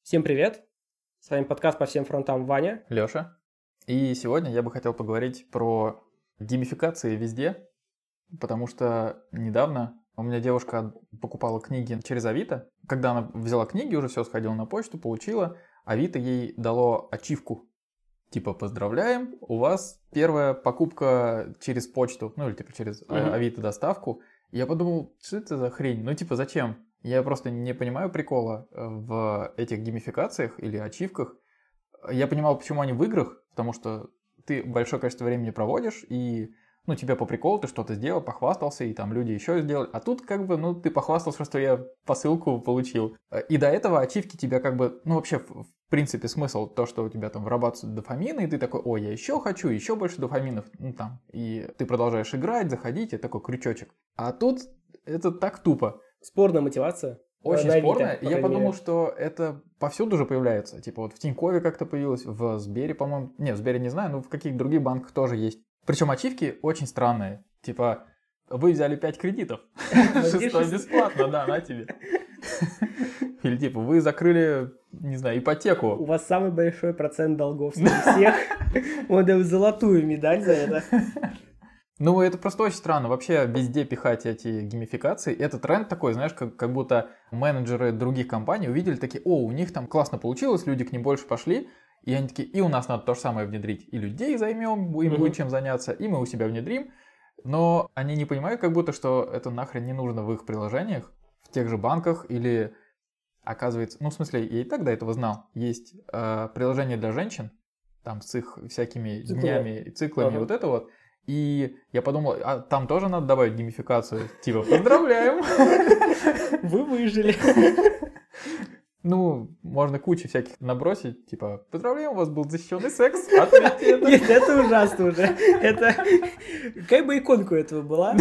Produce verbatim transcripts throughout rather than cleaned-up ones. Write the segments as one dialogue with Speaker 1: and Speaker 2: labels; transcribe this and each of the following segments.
Speaker 1: Всем привет! С вами подкаст «По всем фронтам» Ваня.
Speaker 2: Леша. И сегодня я бы хотел поговорить про геймификации везде, потому что недавно у меня девушка покупала книги через Авито. Когда она взяла книги, уже все, сходила на почту, получила, Авито ей дало ачивку. Типа, поздравляем, у вас первая покупка через почту, ну или типа через mm-hmm. Авито доставку. И я подумал, что это за хрень? Ну типа, зачем? Я просто не понимаю прикола в этих геймификациях или ачивках. Я понимал, почему они в играх, потому что ты большое количество времени проводишь, и ну, тебе по приколу ты что-то сделал, похвастался, и там люди еще сделали. А тут как бы, ну, ты похвастался, что я посылку получил. И до этого ачивки тебя как бы, ну, вообще, в принципе, смысл то, что у тебя там вырабатывают дофамины, и ты такой, ой, я еще хочу, еще больше дофаминов, ну, там. И ты продолжаешь играть, заходить, и такой крючочек. А тут это так тупо.
Speaker 1: Спорная мотивация.
Speaker 2: Очень спорная. И я подумал, что это повсюду же появляется. Типа вот в Тинькове как-то появилось, в Сбере, по-моему. Не, в Сбере не знаю, но в каких-то других банках тоже есть. Причем ачивки очень странные. Типа, вы взяли пять кредитов, шестой бесплатно, да, на тебе. Или типа, вы закрыли, не знаю, ипотеку.
Speaker 1: У вас самый большой процент долгов среди всех. Он дает золотую медаль за это.
Speaker 2: Ну, это просто очень странно. Вообще везде пихать эти геймификации. Это тренд такой, знаешь, как, как будто менеджеры других компаний увидели такие, о, у них там классно получилось, люди к ним больше пошли. И они такие, и у нас надо то же самое внедрить. И людей займем, им будет чем заняться, и мы у себя внедрим. Но они не понимают, как будто, что это нахрен не нужно в их приложениях, в тех же банках или, оказывается, ну, в смысле, я и так до этого знал, есть э, приложение для женщин, там с их всякими Циклы. днями и циклами, ага. вот это вот. И я подумал, а там тоже надо добавить геймификацию. Типа, поздравляем!
Speaker 1: Вы выжили.
Speaker 2: Ну, можно кучу всяких набросить. Типа, поздравляем, у вас был защищенный секс. Отметьте это.
Speaker 1: Нет, это ужасно уже. Это... Какая бы иконка у этого была?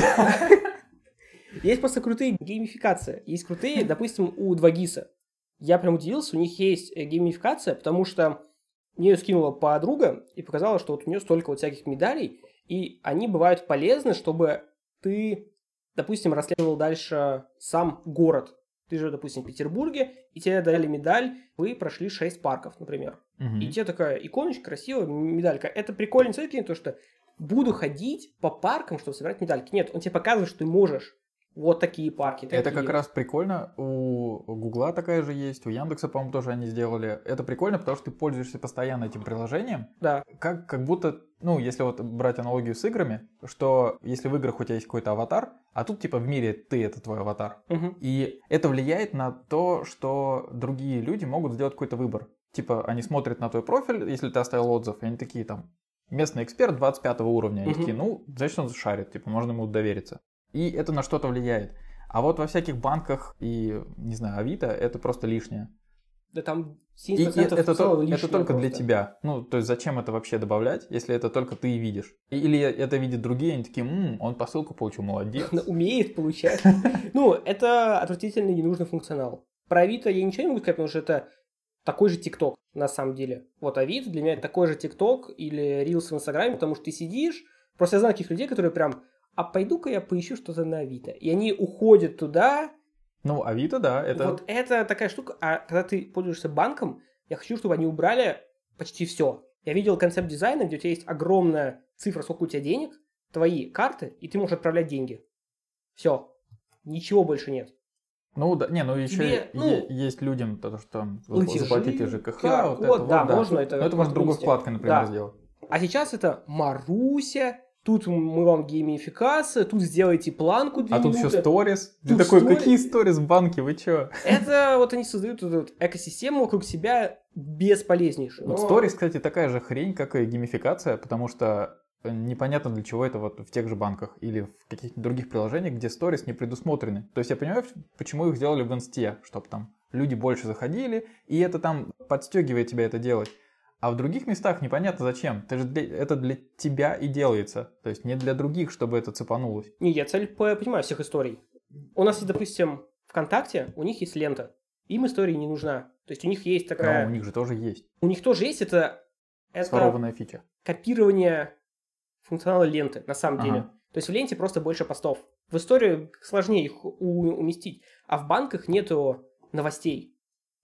Speaker 1: Есть просто крутые геймификации. Есть крутые, допустим, у два гиса. Я прям удивился, у них есть геймификация, потому что мне ее скинула подруга и показала, что вот у нее столько вот всяких медалей, и они бывают полезны, чтобы ты, допустим, расследовал дальше сам город. Ты же, допустим, в Петербурге, и тебе дали медаль, вы прошли шесть парков, например. Угу. И тебе такая иконочка, красивая медалька. Это прикольно, смотрите, то, что буду ходить по паркам, чтобы собирать медальки. Нет, он тебе показывает, что ты можешь. Вот такие парки. Такие.
Speaker 2: Это как раз прикольно. У Гугла такая же есть, у Яндекса, по-моему, тоже они сделали. Это прикольно, потому что ты пользуешься постоянно этим приложением.
Speaker 1: Да.
Speaker 2: Как, как будто, ну, если вот брать аналогию с играми, что если в играх у тебя есть какой-то аватар, а тут типа в мире ты это твой аватар. Угу. И это влияет на то, что другие люди могут сделать какой-то выбор. Типа они смотрят на твой профиль, если ты оставил отзыв, и они такие там, местный эксперт двадцать пятого уровня. Они угу. такие, ну, значит он шарит, типа можно ему довериться. И это на что-то влияет. А вот во всяких банках и, не знаю, Авито, это просто лишнее.
Speaker 1: Да там
Speaker 2: семьдесят процентов и это, то, это только просто. Для тебя. Ну, то есть зачем это вообще добавлять, если это только ты видишь? Или это видят другие, они такие, м-м, он посылку получил, молодец.
Speaker 1: Он умеет получать. Ну, это отвратительный ненужный функционал. Про Авито я ничего не могу сказать, потому что это такой же ТикТок на самом деле. Вот Авито для меня это такой же ТикТок или Reels в Инстаграме, потому что ты сидишь, просто я знаю таких людей, которые прям... а пойду-ка я поищу что-то на Авито. И они уходят туда.
Speaker 2: Ну, Авито, да. Это...
Speaker 1: Вот это такая штука. А когда ты пользуешься банком, я хочу, чтобы они убрали почти все. Я видел концепт дизайна, где у тебя есть огромная цифра, сколько у тебя денег, твои карты, и ты можешь отправлять деньги. Все. Ничего больше нет.
Speaker 2: Ну, да, не, ну еще Тебе, ну, е- есть людям то, что платежи, заплатите ЖКХ, вот это,
Speaker 1: да,
Speaker 2: вот,
Speaker 1: можно
Speaker 2: да.
Speaker 1: это.
Speaker 2: Но это можно другой вкладкой, например,
Speaker 1: да.
Speaker 2: сделать.
Speaker 1: А сейчас это Маруся. Тут мы вам геймификация, тут сделайте планку две
Speaker 2: А
Speaker 1: минуты.
Speaker 2: тут еще сторис. Ты такой, story? Какие сторис в банке, вы чё?
Speaker 1: Это вот они создают эту вот экосистему вокруг себя бесполезнейшую.
Speaker 2: Вот сторис, кстати, такая же хрень, как и геймификация, потому что непонятно для чего это вот в тех же банках или в каких-то других приложениях, где сторис не предусмотрены. То есть я понимаю, почему их сделали в инсте, чтобы там люди больше заходили, и это там подстегивает тебя это делать. А в других местах непонятно зачем. Это же для, это для тебя и делается. То есть не для других, чтобы это цепанулось.
Speaker 1: Не, я цель понимаю всех историй. У нас есть, допустим, ВКонтакте, у них есть лента. Им история не нужна. То есть у них есть такая...
Speaker 2: А у них же тоже есть.
Speaker 1: У них тоже есть это... это
Speaker 2: сворованная фича.
Speaker 1: Копирование функционала ленты, на самом ага. деле. То есть в ленте просто больше постов. В историю сложнее их у- уместить. А в банках нету новостей.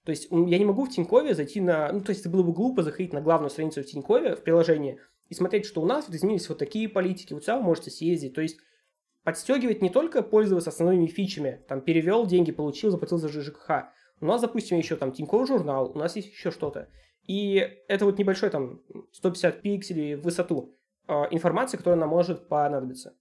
Speaker 1: То есть я не могу в Тинькове зайти на... Ну, то есть это было бы глупо заходить на главную страницу в Тинькове, в приложении, и смотреть, что у нас вот изменились вот такие политики, вот сюда вы можете съездить. То есть подстегивать не только пользоваться основными фичами, там, перевел деньги, получил, заплатил за ЖКХ. У нас, допустим, еще там Тинькофф журнал, у нас есть еще что-то. И это вот небольшой там сто пятьдесят пикселей в высоту э, информации, которая нам может понадобиться.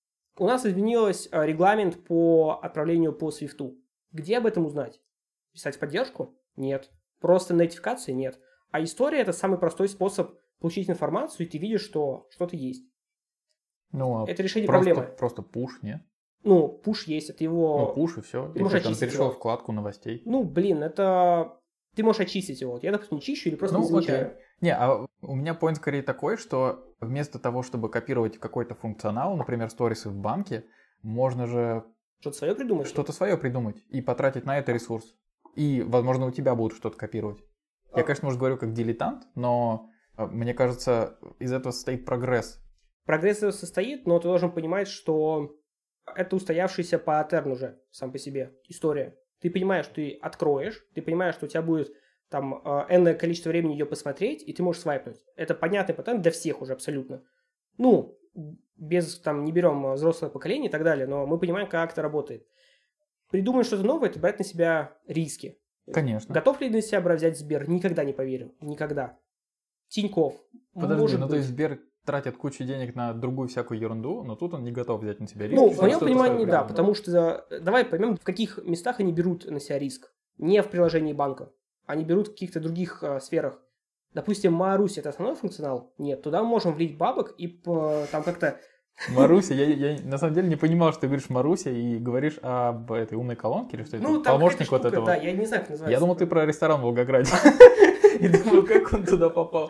Speaker 1: У нас изменился э, регламент по отправлению по свифту. Где об этом узнать? Писать в поддержку? Нет. Просто нотификации? Нет. А история – это самый простой способ получить информацию, и ты видишь, что что-то есть.
Speaker 2: Ну, а
Speaker 1: это решение
Speaker 2: просто,
Speaker 1: проблемы.
Speaker 2: Просто пуш, нет?
Speaker 1: Ну, пуш есть, это его...
Speaker 2: Ну, пуш и все.
Speaker 1: Ты
Speaker 2: И
Speaker 1: можешь
Speaker 2: ты там
Speaker 1: очистить
Speaker 2: перешел
Speaker 1: его.
Speaker 2: в вкладку новостей.
Speaker 1: Ну, блин, это... Ты можешь очистить его. Я, допустим, не чищу или просто
Speaker 2: ну,
Speaker 1: не замечаю.
Speaker 2: Окей. Не, а у меня поинт скорее такой, что вместо того, чтобы копировать какой-то функционал, например, сторисы в банке, можно же...
Speaker 1: Что-то свое придумать?
Speaker 2: Что-то свое придумать и потратить на это ресурс. И, возможно, у тебя будут что-то копировать. А. Я, конечно, может, говорю как дилетант, но мне кажется, из этого состоит прогресс.
Speaker 1: Прогресс состоит, но ты должен понимать, что это устоявшийся паттерн уже сам по себе история. Ты понимаешь, что ты откроешь, ты понимаешь, что у тебя будет там энное количество времени ее посмотреть, и ты можешь свайпнуть. Это понятный паттерн для всех уже абсолютно. Ну, без, там, не берем взрослое поколение и так далее, но мы понимаем, как это работает. Придумать что-то новое, это брать на себя риски.
Speaker 2: Конечно.
Speaker 1: Готов ли на себя взять Сбер? Никогда не поверю. Никогда. Тинькофф.
Speaker 2: Подожди,
Speaker 1: может
Speaker 2: ну
Speaker 1: быть.
Speaker 2: то есть Сбер тратит кучу денег на другую всякую ерунду, но тут он не готов взять на себя риски.
Speaker 1: Ну, в моем понимании, да, потому что давай поймем, в каких местах они берут на себя риск. Не в приложении банка. Они берут в каких-то других э, сферах. Допустим, Марусь – это основной функционал? Нет, туда мы можем влить бабок и по, там как-то...
Speaker 2: Маруся, я, я на самом деле не понимал, что ты говоришь Маруся и говоришь об этой умной колонке или что это?
Speaker 1: Ну, там
Speaker 2: помощник
Speaker 1: штука,
Speaker 2: вот этого.
Speaker 1: Да, я не знаю, как называется.
Speaker 2: Я думал, ты про ресторан в Волгограде. И думаю, как он туда попал.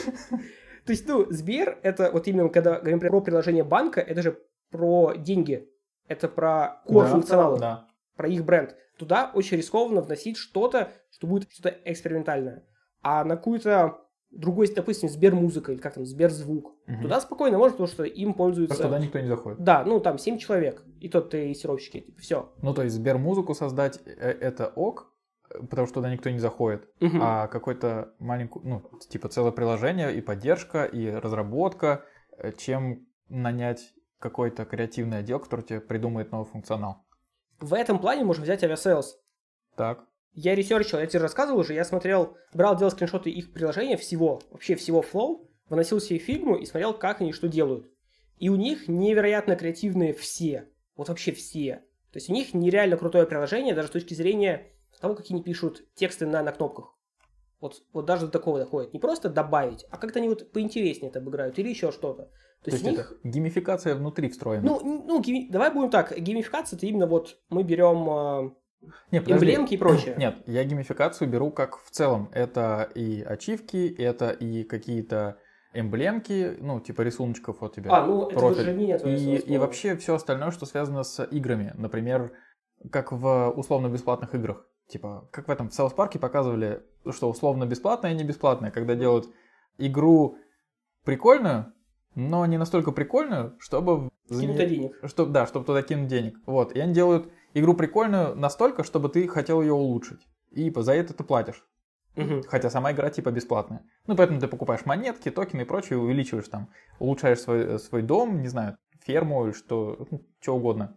Speaker 1: То есть, ну, Сбер – это вот именно, когда говорим про приложение банка, это же про деньги. Это про core функционалы,
Speaker 2: да.
Speaker 1: Про их бренд. Туда очень рискованно вносить что-то, что будет что-то экспериментальное. А на какую-то другой, допустим, Сбермузыка или как там, Сберзвук, угу. Туда спокойно можно, потому что им пользуются...
Speaker 2: Просто туда никто не заходит.
Speaker 1: Да, ну там семь человек, и тот тестировщики, типа, все.
Speaker 2: Ну, то есть Сбермузыку создать – это ок, потому что туда никто не заходит, угу. А какой-то маленький, ну, типа целое приложение и поддержка, и разработка, чем нанять какой-то креативный отдел, который тебе придумает новый функционал.
Speaker 1: В этом плане можно взять Aviasales.
Speaker 2: Так.
Speaker 1: Я ресерчил, я тебе рассказывал уже, я смотрел, брал, делал скриншоты их приложения всего, вообще всего Flow, выносил себе фигму и смотрел, как они что делают. И у них невероятно креативные все, вот вообще все. То есть у них нереально крутое приложение, даже с точки зрения того, как они пишут тексты на, на кнопках. Вот, вот даже до такого доходит. Не просто добавить, а как-то они вот поинтереснее это обыграют или еще что-то.
Speaker 2: То, То есть них... это геймификация внутри встроена?
Speaker 1: Ну, ну гейми... давай будем так, геймификация это именно вот мы берем...
Speaker 2: Нет,
Speaker 1: эмблемки и прочее.
Speaker 2: Нет, я геймификацию беру как в целом. Это и ачивки, это и какие-то эмблемки, ну, типа рисуночков вот тебе.
Speaker 1: А, ну, это
Speaker 2: профиль.
Speaker 1: уже не нет.
Speaker 2: И, и вообще все остальное, что связано с играми. Например, как в условно-бесплатных играх. Типа, как в этом, в Саус-парке показывали, что условно-бесплатное и не бесплатное, когда делают игру прикольную, но не настолько прикольную, чтобы...
Speaker 1: Кинуть туда денег.
Speaker 2: Чтобы, да, чтобы туда кинуть денег. Вот, и они делают... Игру прикольную настолько, чтобы ты хотел ее улучшить. И за это ты платишь. Угу. Хотя сама игра типа бесплатная. Ну, поэтому ты покупаешь монетки, токены и прочее, увеличиваешь там, улучшаешь свой, свой дом, не знаю, ферму или что, ну, что угодно.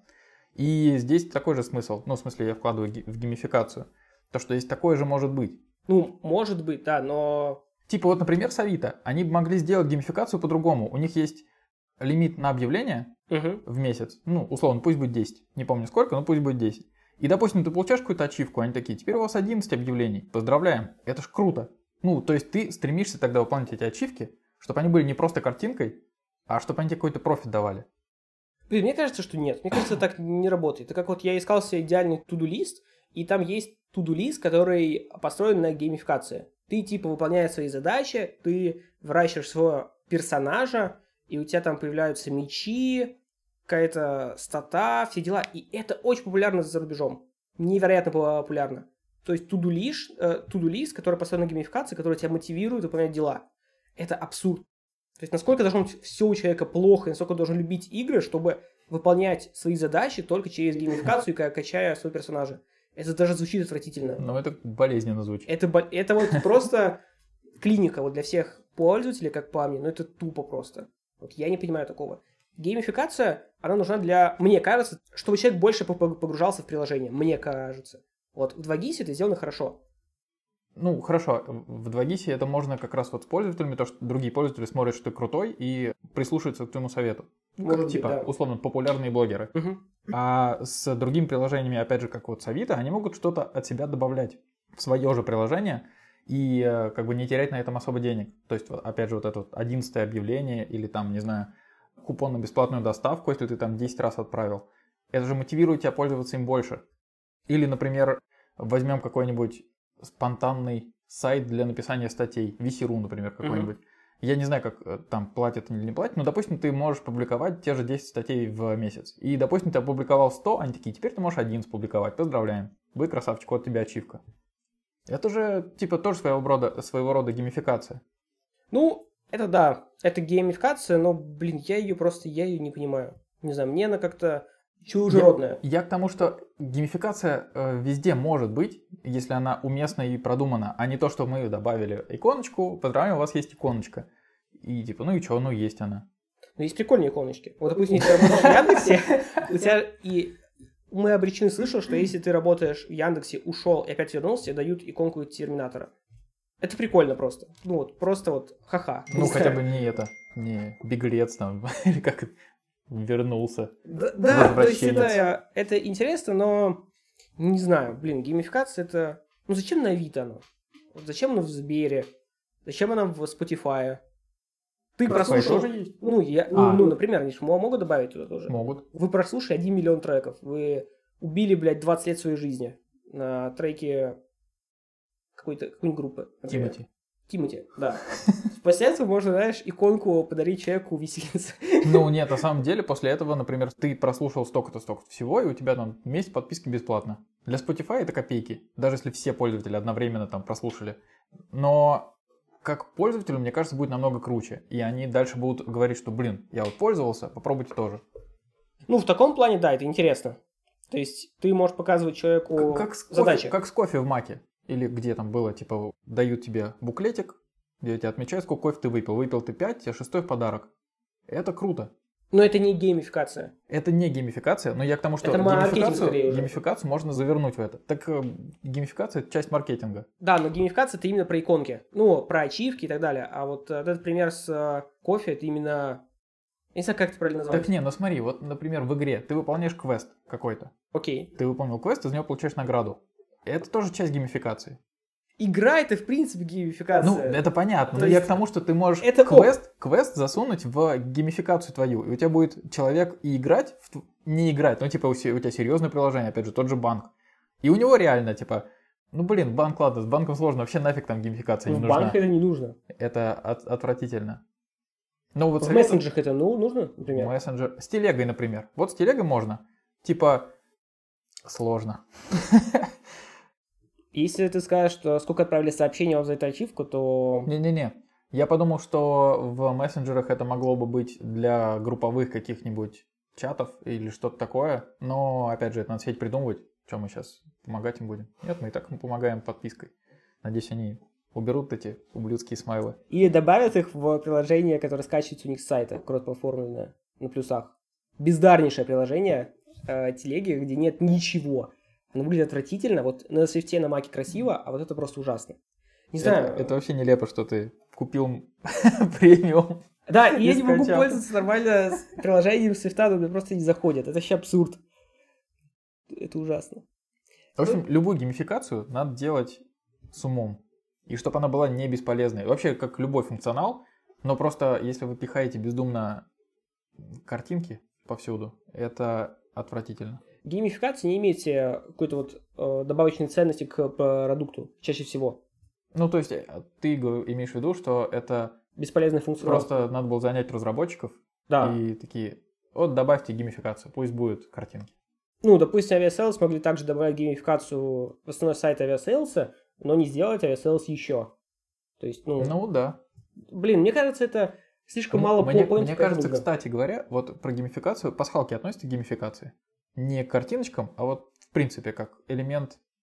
Speaker 2: И здесь такой же смысл. Ну, в смысле, я вкладываю в геймификацию. То, что здесь такое же может быть.
Speaker 1: Ну, может быть, да, но...
Speaker 2: Типа вот, например, с Авито. Они могли сделать геймификацию по-другому. У них есть лимит на объявление uh-huh. в месяц. Ну, условно, пусть будет десять. Не помню сколько, но пусть будет десять. И, допустим, ты получаешь какую-то ачивку, они такие, теперь у вас одиннадцать объявлений. Поздравляем. Это ж круто. Ну, то есть ты стремишься тогда выполнить эти ачивки, чтобы они были не просто картинкой, а чтобы они тебе какой-то профит давали.
Speaker 1: Блин, мне кажется, что нет. Мне кажется, так не работает. Это как вот я искал себе идеальный to-do-лист, и там есть to-do-лист, который построен на геймификации. Ты типа выполняешь свои задачи, ты выращиваешь своего персонажа, и у тебя там появляются мечи, какая-то стата, все дела. И это очень популярно за рубежом. Невероятно популярно. То есть to-do-лист, э, to-do-лист, который построен на геймификации, который тебя мотивирует выполнять дела. Это абсурд. То есть насколько должно быть все у человека плохо, и насколько он должен любить игры, чтобы выполнять свои задачи только через геймификацию и качая своего персонажа. Это даже звучит отвратительно.
Speaker 2: Ну, это болезненно звучит.
Speaker 1: Это, это вот просто клиника вот для всех пользователей, как по мне, но это тупо просто. Вот я не понимаю такого. Геймификация, она нужна для, мне кажется, чтобы человек больше погружался в приложение. Мне кажется. Вот в два гис это сделано хорошо.
Speaker 2: Ну, хорошо, в два гис это можно как раз вот с пользователями, то, что другие пользователи смотрят, что ты крутой, и прислушаются к твоему совету. Ну, как, быть, типа, да. условно, популярные блогеры.
Speaker 1: Угу.
Speaker 2: А с другими приложениями, опять же, как вот с Авито, они могут что-то от себя добавлять в свое же приложение и как бы не терять на этом особо денег. То есть, опять же, вот это вот одиннадцатое объявление или там, не знаю, купон на бесплатную доставку, если ты там десять раз отправил. Это же мотивирует тебя пользоваться им больше. Или, например, возьмем какой-нибудь спонтанный сайт для написания статей, ви си точка ру, например, какой-нибудь. Uh-huh. Я не знаю, как там платят или не платят, но, допустим, ты можешь публиковать те же десять статей в месяц. И, допустим, ты опубликовал сто, они такие, теперь ты можешь одиннадцать публиковать. Поздравляем. Вы красавчик, вот тебе ачивка. Это же, типа, тоже своего рода, своего рода геймификация.
Speaker 1: Ну, это да, это геймификация, но, блин, я ее просто, я ее не понимаю. Не знаю, мне она как-то чужеродная.
Speaker 2: Я, я к тому, что геймификация э, везде может быть, если она уместна и продумана, а не то, что мы добавили иконочку, поздравляем, у вас есть иконочка. И типа, ну и что, ну есть она.
Speaker 1: Ну есть прикольные иконочки. Вот, допустим, если ты работаешь в Яндексе, у тебя и... Мы обречены слышать, что если ты работаешь в Яндексе, ушел и опять вернулся, тебе дают иконку Терминатора. Это прикольно просто. Ну вот, просто вот ха-ха.
Speaker 2: Ну хотя бы не это, не беглец там, или как это... Вернулся.
Speaker 1: Да, да, то есть это, это интересно, но не знаю, блин, геймификация это... Ну зачем на Авито оно? Вот зачем оно в Сбере? Зачем оно в Spotify? Ты прослушал...
Speaker 2: тоже есть?
Speaker 1: Ну, я, а. ну, ну, например, они же могут добавить туда тоже.
Speaker 2: Могут.
Speaker 1: Вы прослушали один миллион треков. Вы убили, блядь, двадцать лет своей жизни на треке какой-то, какой-нибудь группы. Например.
Speaker 2: Тимати.
Speaker 1: Тимати, да. После этого можно, знаешь, иконку подарить человеку веселиться.
Speaker 2: Ну нет, на самом деле после этого, например, ты прослушал столько-то, столько-то всего, и у тебя там месяц подписки бесплатно. Для Spotify это копейки, даже если все пользователи одновременно там прослушали. Но как пользователю, мне кажется, будет намного круче. И они дальше будут говорить, что, блин, я вот пользовался, попробуйте тоже.
Speaker 1: Ну, в таком плане, да, это интересно. То есть ты можешь показывать человеку
Speaker 2: как, как
Speaker 1: задачи.
Speaker 2: Кофе, как с кофе в Маке. Или где там было, типа, дают тебе буклетик, где тебя отмечают, сколько кофе ты выпил. Выпил ты пять, тебе шестой в подарок. Это круто.
Speaker 1: Но это не геймификация.
Speaker 2: Это не геймификация, но я к тому, что
Speaker 1: это
Speaker 2: геймификацию, геймификацию можно завернуть в это. Так геймификация – это часть маркетинга.
Speaker 1: Да, но геймификация – это именно про иконки. Ну, про ачивки и так далее. А вот этот пример с кофе – это именно... Я не знаю, как это правильно назвать.
Speaker 2: Так не, ну смотри, вот, например, в игре ты выполняешь квест какой-то.
Speaker 1: Окей.
Speaker 2: Ты выполнил квест, из него получаешь награду. Это тоже часть геймификации.
Speaker 1: Игра — это, в принципе, геймификация.
Speaker 2: Ну, это понятно,
Speaker 1: То
Speaker 2: но
Speaker 1: есть...
Speaker 2: я к тому, что ты можешь
Speaker 1: это
Speaker 2: квест, квест засунуть в геймификацию твою, и у тебя будет человек и играть, в... не играть, ну, типа, у тебя серьезное приложение, опять же, тот же банк. И у него реально, типа, ну, блин, банк, ладно, с банком сложно, вообще нафиг там геймификация не
Speaker 1: в
Speaker 2: нужна.
Speaker 1: В банк это не нужно.
Speaker 2: Это от, отвратительно. Но вот
Speaker 1: в
Speaker 2: совет...
Speaker 1: мессенджерах это ну, нужно, например?
Speaker 2: Мессенджер. С телегой, например. Вот с телегой можно. Типа, сложно.
Speaker 1: Если ты скажешь, что сколько отправили сообщений вам за эту ачивку, то...
Speaker 2: Не-не-не. Я подумал, что в мессенджерах это могло бы быть для групповых каких-нибудь чатов или что-то такое. Но, опять же, это надо сидеть придумывать. Что мы сейчас помогать им будем? Нет, мы и так им помогаем подпиской. Надеюсь, они уберут эти ублюдские смайлы.
Speaker 1: Или добавят их в приложение, которое скачивается у них с сайта, кросс-платформенное, на плюсах. Бездарнейшее приложение э, телеги, где нет ничего. Оно выглядит отвратительно. Вот на свифте, на маке красиво, а вот это просто ужасно. Не знаю.
Speaker 2: Это, это вообще нелепо, что ты купил премиум.
Speaker 1: Да, и я не могу пользоваться нормально с приложением свифта, но мне просто не заходит. Это вообще абсурд. Это ужасно.
Speaker 2: В общем, любую геймификацию надо делать с умом. И чтобы она была не бесполезной. Вообще, как любой функционал, но просто если вы пихаете бездумно картинки повсюду, это отвратительно.
Speaker 1: Геймификация не имеет какой-то вот э, добавочной ценности к продукту, чаще всего.
Speaker 2: Ну, то есть, ты имеешь в виду, что это...
Speaker 1: Бесполезный функционал.
Speaker 2: Просто надо было занять разработчиков.
Speaker 1: Да.
Speaker 2: И такие, вот добавьте геймификацию, пусть будут картинки.
Speaker 1: Ну, допустим, Aviasales могли также добавить геймификацию в основной сайт Aviasales, но не сделать Aviasales еще. То есть, ну...
Speaker 2: Ну, да.
Speaker 1: Блин, мне кажется, это слишком
Speaker 2: мне,
Speaker 1: мало
Speaker 2: мне,
Speaker 1: по
Speaker 2: мне кажется, кстати говоря, вот про геймификацию, пасхалки относятся к геймификации. Не к картиночкам, а вот в принципе как элемент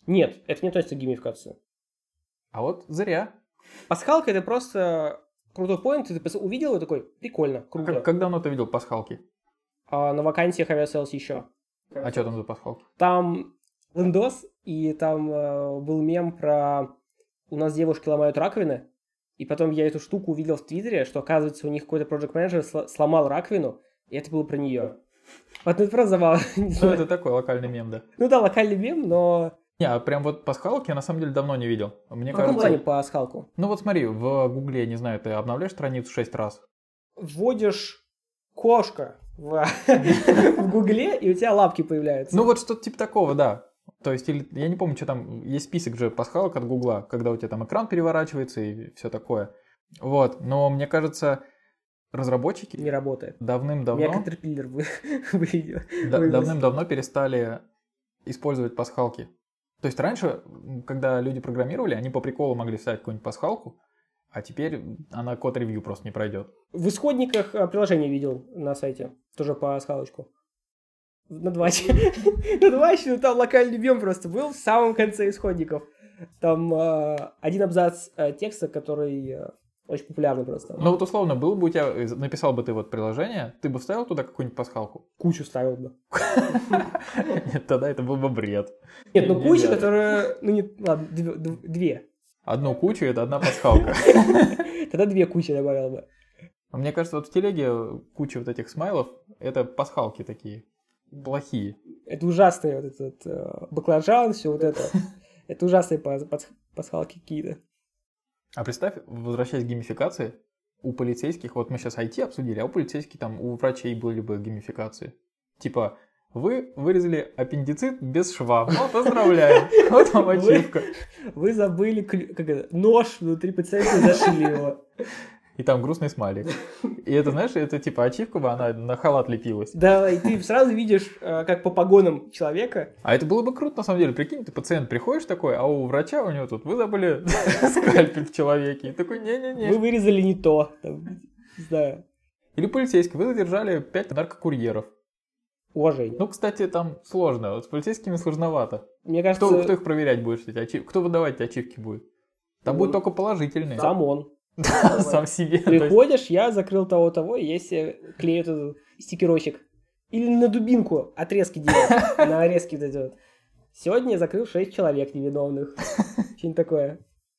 Speaker 1: Нет, это не относится к геймификации.
Speaker 2: А вот зря.
Speaker 1: Пасхалка — это просто крутой поинт, ты пос- увидел и такой, прикольно, круто.
Speaker 2: Как, как давно ты видел пасхалки?
Speaker 1: А на вакансиях авиаселс еще.
Speaker 2: А что там за пасхалки?
Speaker 1: Там лендос, и там э, был мем про «у нас девушки ломают раковины», и потом я эту штуку увидел в Твиттере, что, оказывается, у них какой-то проект менеджер сломал раковину, и это было про нее. Вот это просто забавно.
Speaker 2: Ну, это такой локальный мем, да.
Speaker 1: Ну да, локальный мем, но...
Speaker 2: Не, а прям вот пасхалки я на самом деле давно не видел. Мне
Speaker 1: В каком
Speaker 2: кажется...
Speaker 1: плане по пасхалку?
Speaker 2: Ну вот смотри, в Гугле, не знаю, ты обновляешь страницу шесть раз?
Speaker 1: Вводишь кошка в в Гугле, и у тебя лапки появляются.
Speaker 2: Ну вот что-то типа такого, да. То есть, или, я не помню, что там, есть список же пасхалок от Гугла, когда у тебя там экран переворачивается и все такое. Вот, но мне кажется, разработчики
Speaker 1: Не работает. У
Speaker 2: давным-давно,
Speaker 1: меня Caterpillar вы- вывел-
Speaker 2: да-
Speaker 1: вывез.
Speaker 2: давным-давно перестали использовать пасхалки. То есть раньше, м, когда люди программировали, они по приколу могли вставить какую-нибудь пасхалку, а теперь она код-ревью просто не пройдет.
Speaker 1: В исходниках э, приложения видел на сайте, тоже по пасхалочку. На дваче. На дваче, ну там локальный мем просто был в самом конце исходников. Там э, один абзац э, текста, который э, очень популярный просто.
Speaker 2: Ну вот условно, был бы у тебя, э, написал бы ты вот приложение, ты бы вставил туда какую-нибудь пасхалку?
Speaker 1: Кучу ставил бы.
Speaker 2: Нет, тогда это был бы бред.
Speaker 1: Нет, ну куча,
Speaker 2: Нельзя.
Speaker 1: которая... Ну не... Ладно, дв- дв- две.
Speaker 2: Одну кучу — это одна пасхалка.
Speaker 1: Тогда две кучи добавил бы.
Speaker 2: А мне кажется, вот в телеге куча вот этих смайлов — это пасхалки такие плохие.
Speaker 1: Это ужасный вот этот э, баклажан, все вот это. Это ужасные пас- пас- пасхалки какие-то.
Speaker 2: А представь, возвращаясь к геймификации, у полицейских, вот мы сейчас ай ти обсудили, а у полицейских там, у врачей были бы геймификации. Типа, вы вырезали аппендицит без шва. Ну, поздравляем. Вот вам ачивка.
Speaker 1: Вы забыли клю- как это, нож внутри пациента и зашили его.
Speaker 2: И там грустный смайлик. И это, знаешь, это типа ачивка бы, она на халат лепилась.
Speaker 1: Да, и ты сразу видишь, э, как по погонам человека.
Speaker 2: А это было бы круто, на самом деле. Прикинь, ты пациент приходишь такой, а у врача у него тут, вы забыли скальпель в человеке. И такой, не-не-не.
Speaker 1: Вы вырезали не то. Там, не знаю,
Speaker 2: Или полицейский, вы задержали пять наркокурьеров.
Speaker 1: уважение.
Speaker 2: Ну, кстати, там сложно. Вот с полицейскими сложновато.
Speaker 1: Мне кажется,
Speaker 2: Кто, кто их проверять будет? Эти ачив- Кто выдавать эти ачивки будет? Там
Speaker 1: Ну,
Speaker 2: будут только положительные.
Speaker 1: сам он.
Speaker 2: Да, сам себе. То есть-
Speaker 1: Приходишь, я закрыл того-того, и я себе клею этот стикерочек. Или на дубинку отрезки делать. На отрезки вот эти вот. Сегодня я закрыл шесть человек невиновных. Что-нибудь такое.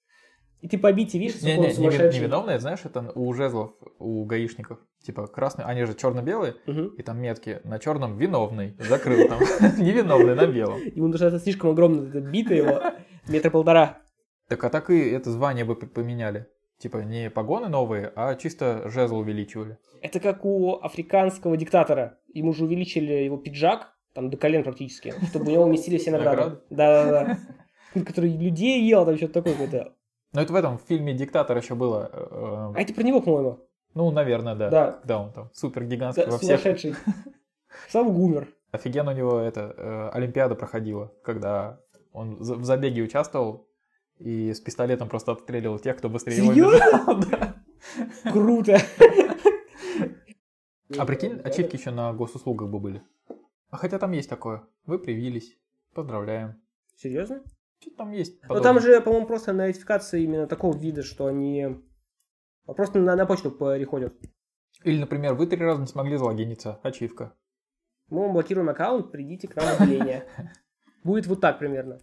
Speaker 1: И ты побить, видишь,
Speaker 2: Не,
Speaker 1: сколько он
Speaker 2: не,
Speaker 1: сумасшедший.
Speaker 2: невиновные, знаешь, это у жезлов, у гаишников. Типа красные, они же черно-белые,
Speaker 1: Мгм.
Speaker 2: и там метки на черном виновный, закрыл там, невиновный на белом.
Speaker 1: Ему нужно это слишком огромно, это бита его, метра полтора.
Speaker 2: Так а так и это звание бы поменяли. Типа не погоны новые, а чисто жезл увеличивали.
Speaker 1: Это как у африканского диктатора. Ему же увеличили его пиджак, там до колен практически, чтобы у него уместили все награды.
Speaker 2: Награды?
Speaker 1: Да-да-да. Который людей ел, там что-то такое какое-то.
Speaker 2: Но это в этом в фильме «Диктатор» еще было. э,
Speaker 1: А
Speaker 2: э,
Speaker 1: это про него, по-моему.
Speaker 2: Ну, наверное, да.
Speaker 1: Да.
Speaker 2: Когда он там супер гигантский
Speaker 1: Да,
Speaker 2: во всех.
Speaker 1: сумасшедший. Сам гумер.
Speaker 2: Офигенно у него это э, Олимпиада проходила, когда он за- в забеге участвовал и с пистолетом просто отстреливал тех, кто быстрее его
Speaker 1: Серьезно?
Speaker 2: бежал. Да.
Speaker 1: Круто.
Speaker 2: А прикинь, ачивки еще на госуслугах бы были. А хотя там есть такое. Вы привились. Поздравляем.
Speaker 1: Серьезно?
Speaker 2: Что там есть?
Speaker 1: Ну
Speaker 2: подобное?
Speaker 1: там же, по-моему, просто нотификации именно такого вида, что они просто на, на почту переходят.
Speaker 2: Или, например, вы три раза не смогли залогиниться. Ачивка.
Speaker 1: Мы вам блокируем аккаунт, придите к нам в отделение. Будет вот так примерно.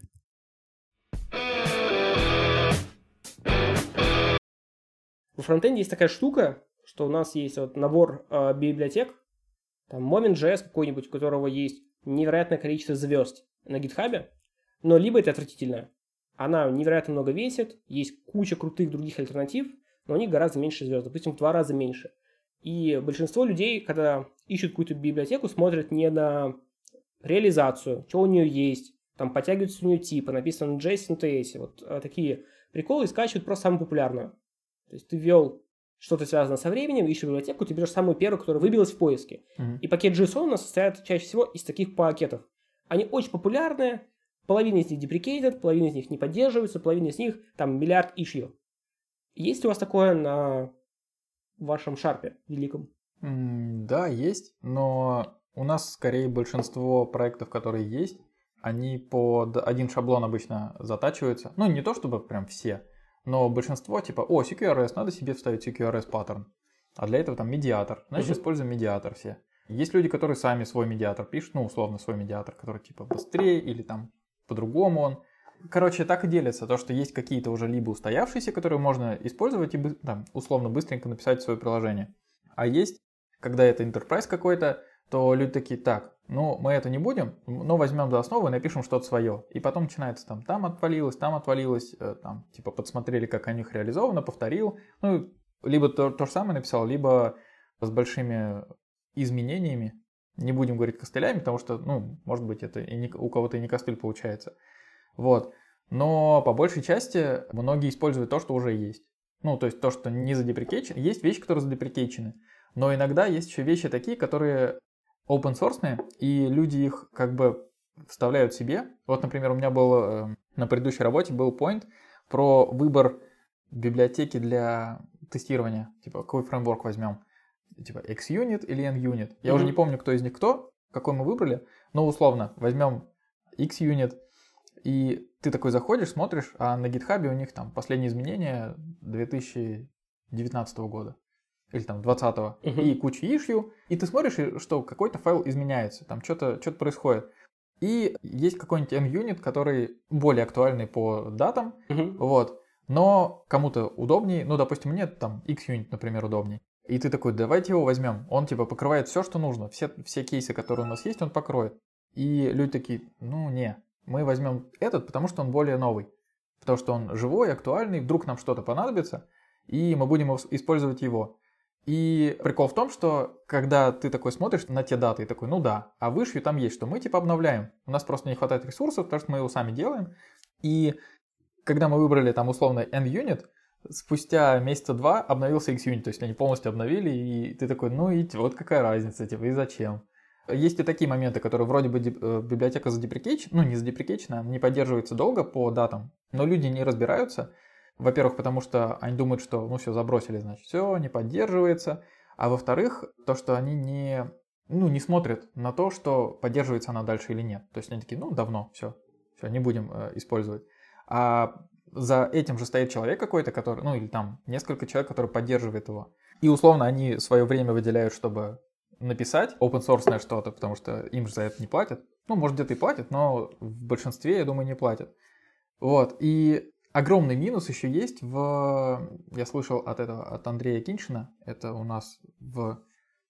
Speaker 1: В фронтенде есть такая штука, что у нас есть вот набор э, библиотек, там Moment.js какой-нибудь, у которого есть невероятное количество звезд на гитхабе, но либо это отвратительно. Она невероятно много весит, есть куча крутых других альтернатив, но у них гораздо меньше звезд, допустим, в два раза меньше. И большинство людей, когда ищут какую-то библиотеку, смотрят не на реализацию, что у нее есть, там подтягиваются у нее типы, написано на джейс, на ти эс, вот а, такие приколы, и скачивают просто самую популярную. То есть ты ввел что-то связанное со временем, ищешь библиотеку, ты берешь самую первую, которая выбилась в поиске.
Speaker 2: Мгм.
Speaker 1: И пакет JSON у нас состоит чаще всего из таких пакетов. Они очень популярные, половина из них deprecated, половина из них не поддерживается, половина из них там миллиард issue. Есть у вас такое на вашем шарпе великом?
Speaker 2: М, Да, есть, но у нас скорее большинство проектов, которые есть, они под один шаблон обычно затачиваются. Ну, не то чтобы прям все, но большинство типа, о, си кью ар эс, надо себе вставить си кью ар эс паттерн. А для этого там медиатор. Значит, uh-huh. используем медиатор все. Есть люди, которые сами свой медиатор пишут, ну, условно, свой медиатор, который типа быстрее или там по-другому он. Короче, так и делится. То, что есть какие-то уже либо устоявшиеся, которые можно использовать и там, условно быстренько написать в свое приложение. А есть, когда это enterprise какой-то, то люди такие, так, ну, мы это не будем, но возьмем за основу и напишем что-то свое. И потом начинается там, там отвалилось, там отвалилось, там, типа, подсмотрели, как у них реализовано, повторил. Ну, либо то, то же самое написал, либо с большими изменениями. Не будем говорить костылями, потому что, ну, может быть, это и не, у кого-то и не костыль получается. Вот. Но по большей части многие используют то, что уже есть. Ну, то есть то, что не задеприкейчено. Есть вещи, которые задеприкейчены. Но иногда есть еще вещи такие, которые open source, и люди их как бы вставляют себе. Вот, например, у меня был э, на предыдущей работе был point про выбор библиотеки для тестирования. Типа, какой фреймворк возьмем? Типа, Xunit или NUnit. Я mm-hmm. уже не помню, кто из них кто, какой мы выбрали. Но условно, возьмем Xunit, и ты такой заходишь, смотришь, а на GitHub у них там последние изменения две тысячи девятнадцатого года. Или там двадцатого. Uh-huh. И куча issue. И ты смотришь, что какой-то файл изменяется. Там что-то, что-то происходит. И есть какой-нибудь NUnit, который более актуальный по датам. Uh-huh. Вот. Но кому-то удобнее. Ну, допустим, мне там Xunit, например, удобнее. И ты такой, давайте его возьмем. Он типа покрывает все, что нужно. Все, все кейсы, которые у нас есть, он покроет. И люди такие, ну, не. Мы возьмем этот, потому что он более новый. Потому что он живой, актуальный. Вдруг нам что-то понадобится. И мы будем использовать его. И прикол в том, что когда ты такой смотришь на те даты и такой, ну да, а в issue там есть, что мы типа обновляем. У нас просто не хватает ресурсов, потому что мы его сами делаем. И когда мы выбрали там условно NUnit, спустя месяца два обновился Xunit, то есть они полностью обновили, и ты такой, ну и вот какая разница, типа, и зачем? Есть и такие моменты, которые вроде бы библиотека задеприкейчена, ну не задеприкейчена, не поддерживается долго по датам, но люди не разбираются. Во-первых, потому что они думают, что ну все, забросили, значит, все, не поддерживается. А во-вторых, то, что они не, ну, не смотрят на то, что поддерживается она дальше или нет. То есть они такие, ну, давно, все, все, не будем э, использовать. А за этим же стоит человек какой-то, который, ну, или там несколько человек, который поддерживает его. И условно они свое время выделяют, чтобы написать open source что-то, потому что им же за это не платят. Ну, может, где-то и платят, но в большинстве, я думаю, не платят. Вот, и огромный минус еще есть в... Я слышал от этого, от Андрея Киньшина, это у нас в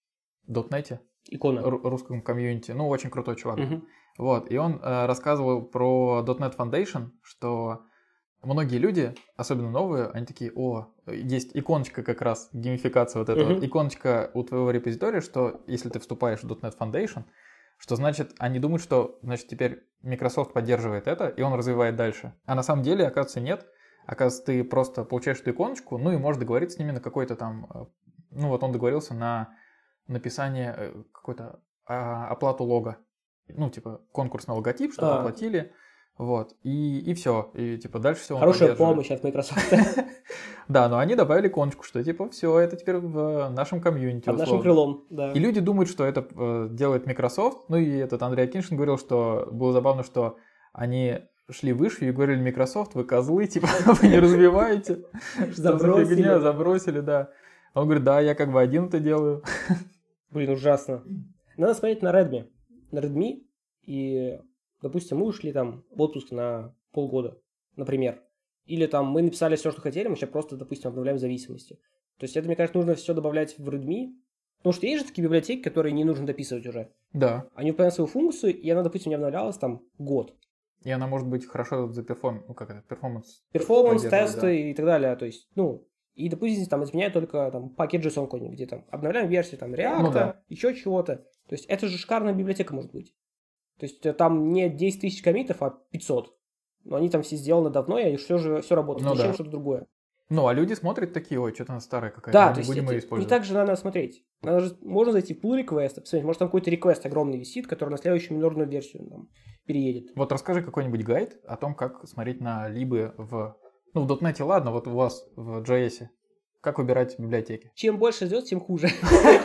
Speaker 2: .NET,
Speaker 1: икона,
Speaker 2: р- русском комьюнити, ну, очень крутой чувак.
Speaker 1: Угу.
Speaker 2: Вот, и он э, рассказывал про .NET Foundation, что многие люди, особенно новые, они такие, о, есть иконочка как раз, геймификация вот этого, угу. иконочка у твоего репозитория, что если ты вступаешь в .NET Foundation, что значит, они думают, что, значит, теперь Microsoft поддерживает это, и он развивает дальше. А на самом деле, оказывается, нет. Оказывается, ты просто получаешь эту иконочку, ну и можешь договориться с ними на какой-то там... Ну вот он договорился на написание какой-то а, оплату лога. Ну, типа, конкурс на логотип, что-то а. оплатили. Вот, и, и все, и типа дальше все он
Speaker 1: Хорошая помощь от Microsoft.
Speaker 2: Да, но они добавили иконочку, что типа все, это теперь в нашем комьюнити.
Speaker 1: Под нашим крылом, да.
Speaker 2: И люди думают, что это э, делает Microsoft. Ну и этот Андрей Киньшин говорил, что было забавно, что они шли выше и говорили, Microsoft, вы козлы, типа, вы не развиваете.
Speaker 1: Забросили.
Speaker 2: Забросили, да. Он говорит, да, я как бы один это делаю.
Speaker 1: Блин, ужасно. Надо смотреть на Redmi. На Redmi и... Допустим, мы ушли там в отпуск на полгода, например. Или там мы написали все, что хотели, мы сейчас просто, допустим, обновляем зависимости. То есть это, мне кажется, нужно все добавлять в Redmi. Потому что есть же такие библиотеки, которые не нужно дописывать уже.
Speaker 2: Да.
Speaker 1: Они выполняют свою функцию, и она, допустим, не обновлялась там год.
Speaker 2: И она может быть хорошо за перформанс, ну как это, перформанс.
Speaker 1: Перформанс, тесты да. и так далее. То есть, ну, и, допустим, там изменяют только там пакет JSON какой-нибудь, где там обновляем версию там React, ну, да. еще чего-то. То есть это же шикарная библиотека может быть. То есть там не десять тысяч коммитов, а пятьсот. Но они там все сделаны давно, и все же все работает. Ну, зачем да. что-то другое?
Speaker 2: Ну, а люди смотрят такие, ой, что-то она старая какая-то,
Speaker 1: да,
Speaker 2: мы
Speaker 1: то
Speaker 2: не будем
Speaker 1: есть
Speaker 2: ее использовать.
Speaker 1: Не так же надо смотреть. Надо же, можно зайти в pull request, посмотреть, может там какой-то request огромный висит, который на следующую минорную версию там, переедет.
Speaker 2: Вот расскажи какой-нибудь гайд о том, как смотреть на либы в... Ну, в .NET, ладно, вот у вас в джей эс. Как выбирать библиотеки?
Speaker 1: Чем больше ждет, тем хуже.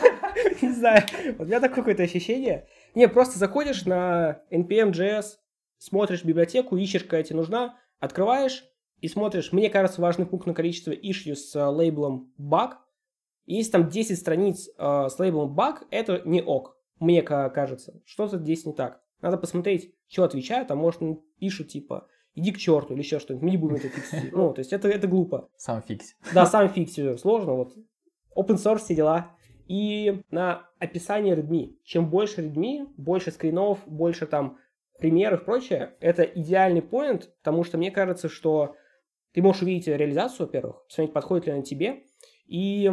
Speaker 1: Не знаю, у меня такое какое-то ощущение. Не, просто заходишь на эн пи эм джей эс, смотришь библиотеку, ищешь, какая тебе нужна, открываешь и смотришь. Мне кажется, важный пункт на количество issue с э, лейблом bug. Если там десять страниц э, с лейблом bug, это не ок, мне кажется. Что-то здесь не так. Надо посмотреть, что отвечают, а может пишут типа иди к черту или еще что-нибудь, мы не будем это фиксить. Ну, то есть это, это глупо.
Speaker 2: Сам фикси.
Speaker 1: Да, сам фикси, сложно, вот. Open source, все дела. И на описание редми. Чем больше редми, больше скринов, больше там примеров и прочее, это идеальный поинт, потому что мне кажется, что ты можешь увидеть реализацию, во-первых, посмотреть, подходит ли она тебе, и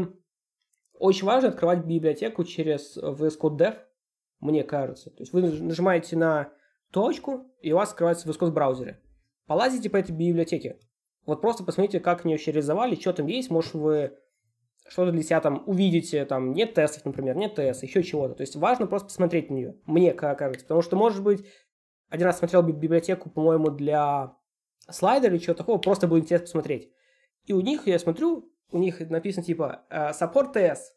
Speaker 1: очень важно открывать библиотеку через ви эс Code Dev, мне кажется. То есть вы нажимаете на точку, и у вас открывается ви эс Code в браузере. Полазите по этой библиотеке. Вот просто посмотрите, как они вообще реализовали, что там есть, может вы что-то для себя там увидите, там нет тестов, например, нет тестов, еще чего-то. То есть важно просто посмотреть на нее, мне кажется. Потому что, может быть, один раз смотрел библиотеку, по-моему, для слайдера или чего-то такого, просто было интересно посмотреть. И у них, я смотрю, у них написано типа support ти эс.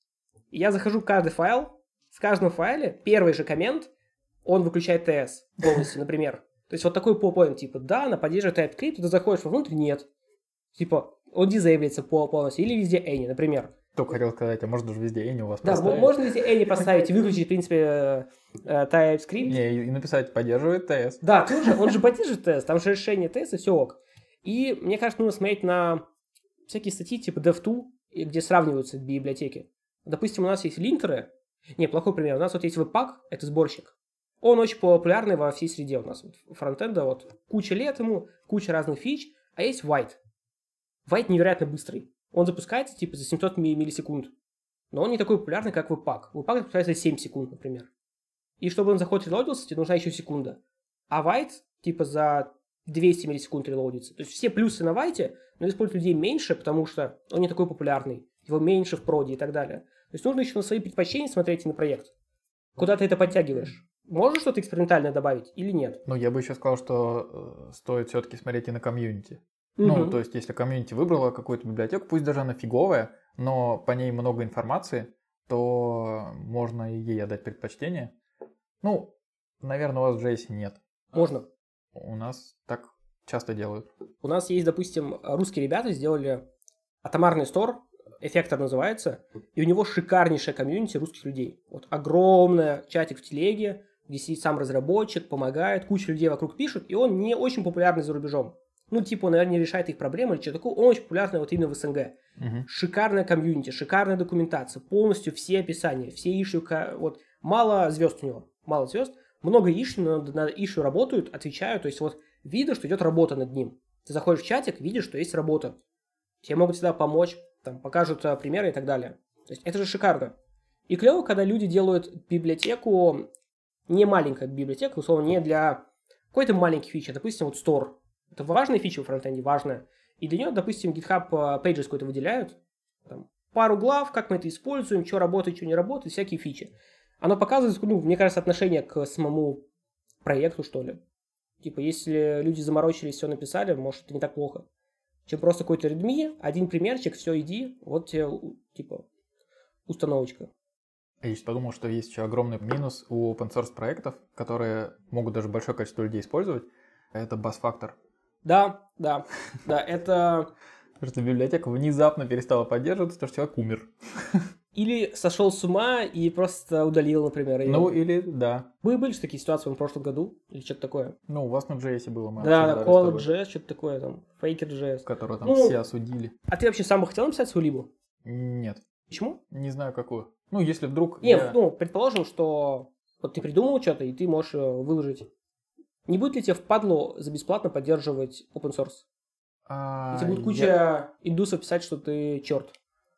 Speaker 1: И я захожу в каждый файл, в каждом файле первый же коммент, он выключает ти эс полностью, например. То есть вот такой поинт, типа, да, она поддерживает TypeScript, ты заходишь вовнутрь, нет. Типа, он дизейблится полностью, или везде any, например.
Speaker 2: Только хотел сказать, а может даже везде any у вас
Speaker 1: да,
Speaker 2: поставить?
Speaker 1: Да, можно везде any поставить и выключить, в принципе, TypeScript.
Speaker 2: Не, и написать, поддерживает ти эс.
Speaker 1: Да, тоже, он же поддерживает ти эс, там же решение ти эс и все ок. И мне кажется, нужно смотреть на всякие статьи типа DevTool, где сравниваются библиотеки. Допустим, у нас есть линтеры. Не, плохой пример. У нас вот есть Webpack, это сборщик. Он очень популярный во всей среде у нас. Вот, фронтенда, вот куча лет ему, куча разных фич. А есть White. White невероятно быстрый. Он запускается типа за семьсот миллисекунд. Но он не такой популярный, как Webpack. Webpack запускается за семь секунд, например. И чтобы он заход релоудился, тебе нужна еще секунда. А White типа за двести миллисекунд релоудится. То есть все плюсы на White, но используют людей меньше, потому что он не такой популярный. Его меньше в проде и так далее. То есть нужно еще на свои предпочтения смотреть и на проект. Куда ты это подтягиваешь? Можешь что-то экспериментальное добавить или нет?
Speaker 2: Ну, я бы еще сказал, что э, стоит все-таки смотреть и на комьюнити.
Speaker 1: Угу.
Speaker 2: Ну, то есть, если комьюнити выбрала какую-то библиотеку, пусть даже она фиговая, но по ней много информации, то можно и ей отдать предпочтение. Ну, наверное, у вас в джей эс нет.
Speaker 1: Можно.
Speaker 2: У нас так часто делают.
Speaker 1: У нас есть, допустим, русские ребята сделали атомарный стор, Эффектор называется, и у него шикарнейшая комьюнити русских людей. Вот огромный чатик в телеге, где сидит сам разработчик, помогает, куча людей вокруг пишут, и он не очень популярный за рубежом. Ну, типа, он, наверное, не решает их проблемы или что-то такое, он очень популярный вот именно в СНГ.
Speaker 2: Угу.
Speaker 1: Шикарная комьюнити, шикарная документация, полностью все описания, все ишью, вот мало звезд у него, мало звезд, много ишью, но на ишью работают, отвечают, то есть вот видно, что идет работа над ним. Ты заходишь в чатик, видишь, что есть работа. Тебе могут всегда помочь, там, покажут а, примеры и так далее. То есть это же шикарно. И клево, когда люди делают библиотеку, не маленькая библиотека, условно, не для какой-то маленькой фичи, допустим, вот Store. Это важная фича в фронтенде, важная. И для нее, допустим, GitHub Pages какой-то выделяют. Там, пару глав, как мы это используем, что работает, что не работает, всякие фичи. Оно показывает, ну, мне кажется, отношение к самому проекту, что ли. Типа, если люди заморочились, все написали, может, это не так плохо. Чем просто какой-то редми, один примерчик, все, иди, вот тебе, типа, установочка.
Speaker 2: Я сейчас подумал, что есть еще огромный минус у open source проектов, которые могут даже большое количество людей использовать. Это бас-фактор.
Speaker 1: Да, да, да, это...
Speaker 2: Потому что библиотека внезапно перестала поддерживаться, потому что человек умер.
Speaker 1: Или сошел с ума и просто удалил, например. Ее.
Speaker 2: Ну, или, да.
Speaker 1: Были, были же такие ситуации в прошлом году? Или что-то такое?
Speaker 2: Ну, у вас на джей эс было. Мы
Speaker 1: да, да, Call.js, что-то такое, там, Faker.js.
Speaker 2: Который там
Speaker 1: ну,
Speaker 2: все осудили.
Speaker 1: А ты вообще сам бы хотел написать свою либу?
Speaker 2: Нет.
Speaker 1: Почему?
Speaker 2: Не знаю, какую. Ну, если вдруг...
Speaker 1: Нет,
Speaker 2: я...
Speaker 1: ну, предположим, что вот ты придумал что-то, и ты можешь выложить. Не будет ли тебе впадло за бесплатно поддерживать open source?
Speaker 2: А,
Speaker 1: и тебе будет куча
Speaker 2: я...
Speaker 1: индусов писать, что ты черт.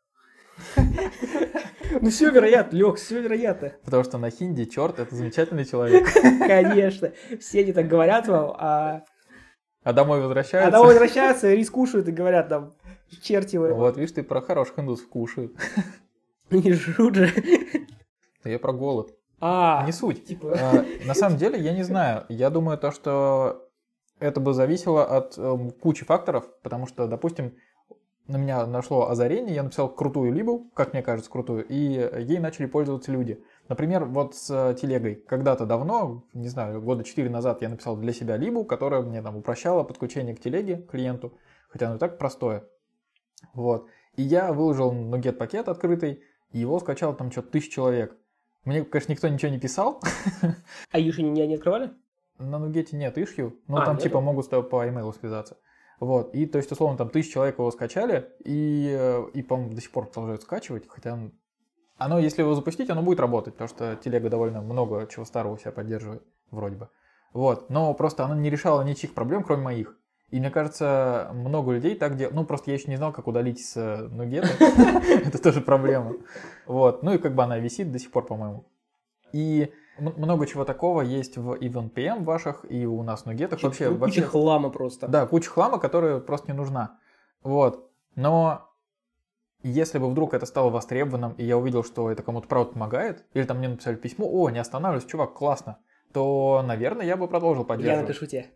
Speaker 1: Ну, все вероятно, Лёх, все вероятно.
Speaker 2: Потому что на хинди черт — это замечательный человек.
Speaker 1: Конечно. Все они так говорят вам, а...
Speaker 2: А домой возвращаются.
Speaker 1: А домой возвращаются, рис кушают и говорят там, черти вы.
Speaker 2: Вот, видишь, ты про хороших индусов кушают.
Speaker 1: Не жрут же.
Speaker 2: Да я про голод.
Speaker 1: А,
Speaker 2: не суть.
Speaker 1: Типа...
Speaker 2: А, на самом деле, я не знаю. Я думаю, то, что это бы зависело от э, кучи факторов, потому что, допустим, на меня нашло озарение, я написал крутую либу, как мне кажется, крутую, и ей начали пользоваться люди. Например, вот с телегой. Когда-то давно, не знаю, года четыре назад я написал для себя либу, которая мне там упрощала подключение к телеге, клиенту, хотя оно и так простое. Вот. И я выложил нугет пакет открытый, и его скачало там что-то тысяч человек. Мне, конечно, никто ничего не писал.
Speaker 1: А ишью не, не открывали?
Speaker 2: На нугете нет ишью, но
Speaker 1: А,
Speaker 2: там
Speaker 1: нету?
Speaker 2: типа могут с тобой по имейлу связаться. Вот. И то есть, условно, там тысяч человек его скачали, и, и по-моему, до сих пор продолжают скачивать, хотя оно, если его запустить, оно будет работать, потому что телега довольно много чего старого у себя поддерживает, вроде бы. Вот. Но просто оно не решало ничьих проблем, кроме моих. И мне кажется, много людей так делают. Ну, просто я еще не знал, как удалить с нугета. Это тоже проблема. Вот. Ну и как бы она висит до сих пор, по-моему. И много чего такого есть в и в эн пи эм ваших, и у нас в нугетах. Вообще,
Speaker 1: Куча
Speaker 2: вообще,
Speaker 1: хлама просто.
Speaker 2: да, куча хлама, которая просто не нужна. Вот. Но если бы вдруг это стало востребованным, и я увидел, что это кому-то правда помогает, или там мне написали письмо, о, не останавливайся, чувак, классно, то, наверное, я бы продолжил
Speaker 1: Я
Speaker 2: поддерживать.
Speaker 1: напишу тебе.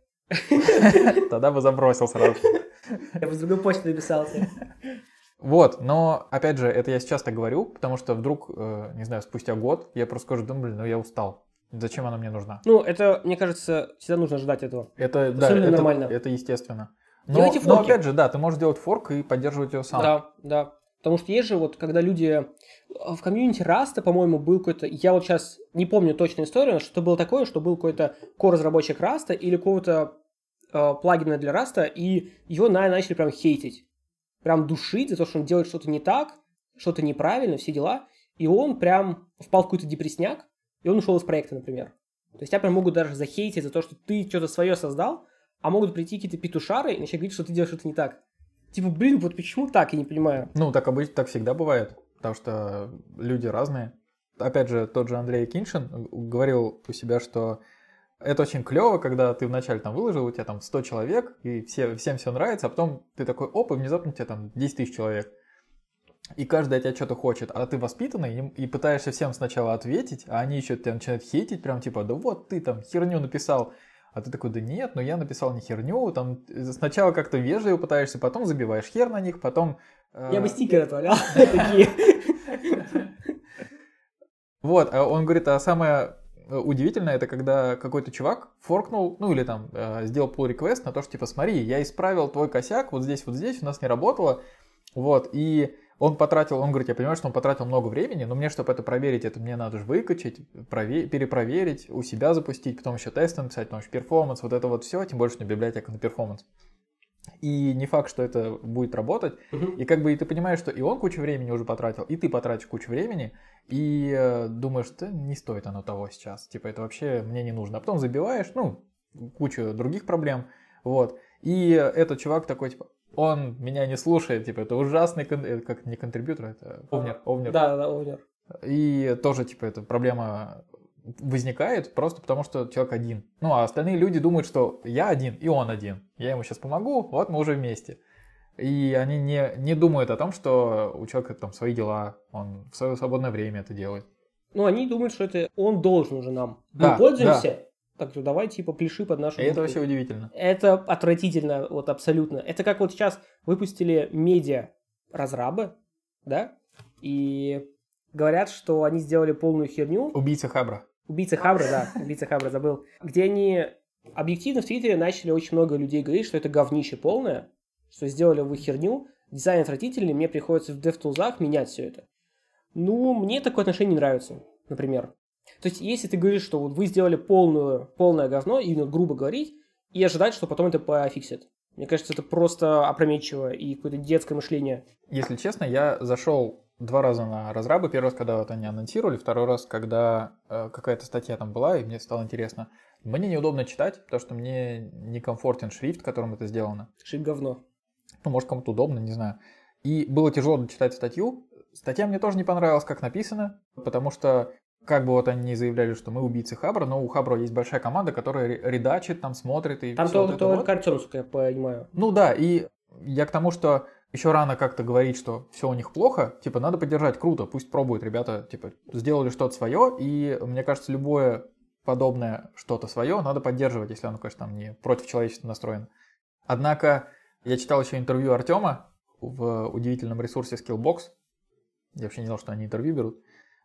Speaker 2: Тогда бы забросил сразу.
Speaker 1: Я бы с другой почты написал тебе.
Speaker 2: Вот, но, опять же, это я сейчас так говорю, потому что вдруг, э, не знаю, спустя год я просто скажу, да, блин, ну я устал. Зачем она мне нужна?
Speaker 1: Ну, это, мне кажется, всегда нужно ждать этого.
Speaker 2: Это, да,
Speaker 1: Абсолютно
Speaker 2: это,
Speaker 1: нормально.
Speaker 2: это естественно. Но,
Speaker 1: Делайте
Speaker 2: но,
Speaker 1: форки.
Speaker 2: опять же, да, ты можешь делать форк и поддерживать его сам.
Speaker 1: Да, да. Потому что есть же вот, когда люди... В комьюнити Раста, по-моему, был какой-то... Я вот сейчас не помню точную историю, но что было такое, что был какой-то core-разработчик Раста или какого-то э, плагина для Раста, и его на, начали прям хейтить. Прям душить за то, что он делает что-то не так, что-то неправильно, все дела. И он прям впал в какой-то депрессняк, и он ушел из проекта, например. То есть тебя прям могут даже захейтить за то, что ты что-то свое создал, а могут прийти какие-то петушары и начать говорить, что ты делаешь что-то не так. Типа, блин, вот почему так, я не понимаю.
Speaker 2: Ну, так обычно, так всегда бывает, потому что люди разные. Опять же, тот же Андрей Киншин говорил у себя, что это очень клево, когда ты вначале там выложил, у тебя там сто человек, и все, всем все нравится, а потом ты такой, оп, и внезапно у тебя там десять тысяч человек. И каждый от тебя что-то хочет, а ты воспитанный и, и пытаешься всем сначала ответить, а они еще тебя начинают хейтить, прям типа, да вот ты там херню написал. А ты такой, да нет, ну я написал не херню, там сначала как-то вежливо пытаешься, потом забиваешь хер на них, потом... Э...
Speaker 1: Я бы стикеры отвалял такие.
Speaker 2: Вот, а он говорит, а самое удивительное, это когда какой-то чувак форкнул, ну или там э, сделал pull request на то, что типа, смотри, я исправил твой косяк, вот здесь, вот здесь, у нас не работало, вот, и он потратил, он говорит, я понимаю, что он потратил много времени, но мне, чтобы это проверить, это мне надо же выкачать, прове- перепроверить, у себя запустить, потом еще тесты написать, потом еще перформанс, вот это вот все, тем больше у меня библиотека на перформанс. И не факт, что это будет работать. Uh-huh. И как бы и ты понимаешь, что и он кучу времени уже потратил, и ты потратишь кучу времени, и э, думаешь, что не стоит оно того сейчас. Типа это вообще мне не нужно. А потом забиваешь, ну, кучу других проблем. Вот. И этот чувак такой, типа, он меня не слушает, типа, это ужасный, кон... как не контрибьютор, это овнер. овнер.
Speaker 1: Да, да, овнер.
Speaker 2: И тоже, типа, эта проблема возникает просто потому, что человек один. Ну, а остальные люди думают, что я один, и он один. Я ему сейчас помогу, вот мы уже вместе. И они не, не думают о том, что у человека там свои дела, он в свое свободное время это делает.
Speaker 1: Ну, они думают, что это он должен уже нам.
Speaker 2: Да,
Speaker 1: мы пользуемся,
Speaker 2: да.
Speaker 1: Так что давай, типа, пляши под нашу...
Speaker 2: И это вообще удивительно.
Speaker 1: Это отвратительно, вот абсолютно. Это как вот сейчас выпустили медиа-разрабы, да, и говорят, что они сделали полную херню.
Speaker 2: Убийца Хабра.
Speaker 1: Убийца Хабра, да, убийца Хабра, забыл. Где они объективно в Твиттере начали очень много людей говорить, что это говнище полное, что сделали вы херню, дизайн отвратительный, мне приходится в DevTools менять все это. Ну, мне такое отношение не нравится, например. То есть, если ты говоришь, что вот вы сделали полную, полное говно, именно грубо говорить, и ожидать, что потом это пофиксит. Мне кажется, это просто опрометчиво и какое-то детское мышление.
Speaker 2: Если честно, я зашел два раза на разрабы. Первый раз, когда вот они анонсировали, второй раз, когда э, какая-то статья там была, и мне стало интересно. Мне неудобно читать, потому что мне некомфортен шрифт, которым это сделано.
Speaker 1: Шрифт говно.
Speaker 2: Ну, может, кому-то удобно, не знаю. И было тяжело читать статью. Статья мне тоже не понравилась, как написано, потому что как бы вот они не заявляли, что мы убийцы Хабра, но у Хабра есть большая команда, которая редачит, там смотрит и
Speaker 1: там
Speaker 2: все
Speaker 1: то,
Speaker 2: вот
Speaker 1: то
Speaker 2: это вот.
Speaker 1: Артем, я понимаю.
Speaker 2: Ну да, и я к тому, что еще рано как-то говорить, что все у них плохо, типа надо поддержать, круто, пусть пробуют ребята, типа сделали что-то свое, и мне кажется, любое подобное что-то свое надо поддерживать, если оно, конечно, там не против человечества настроено. Однако я читал еще интервью Артема в удивительном ресурсе Skillbox, я вообще не знал, что они интервью берут.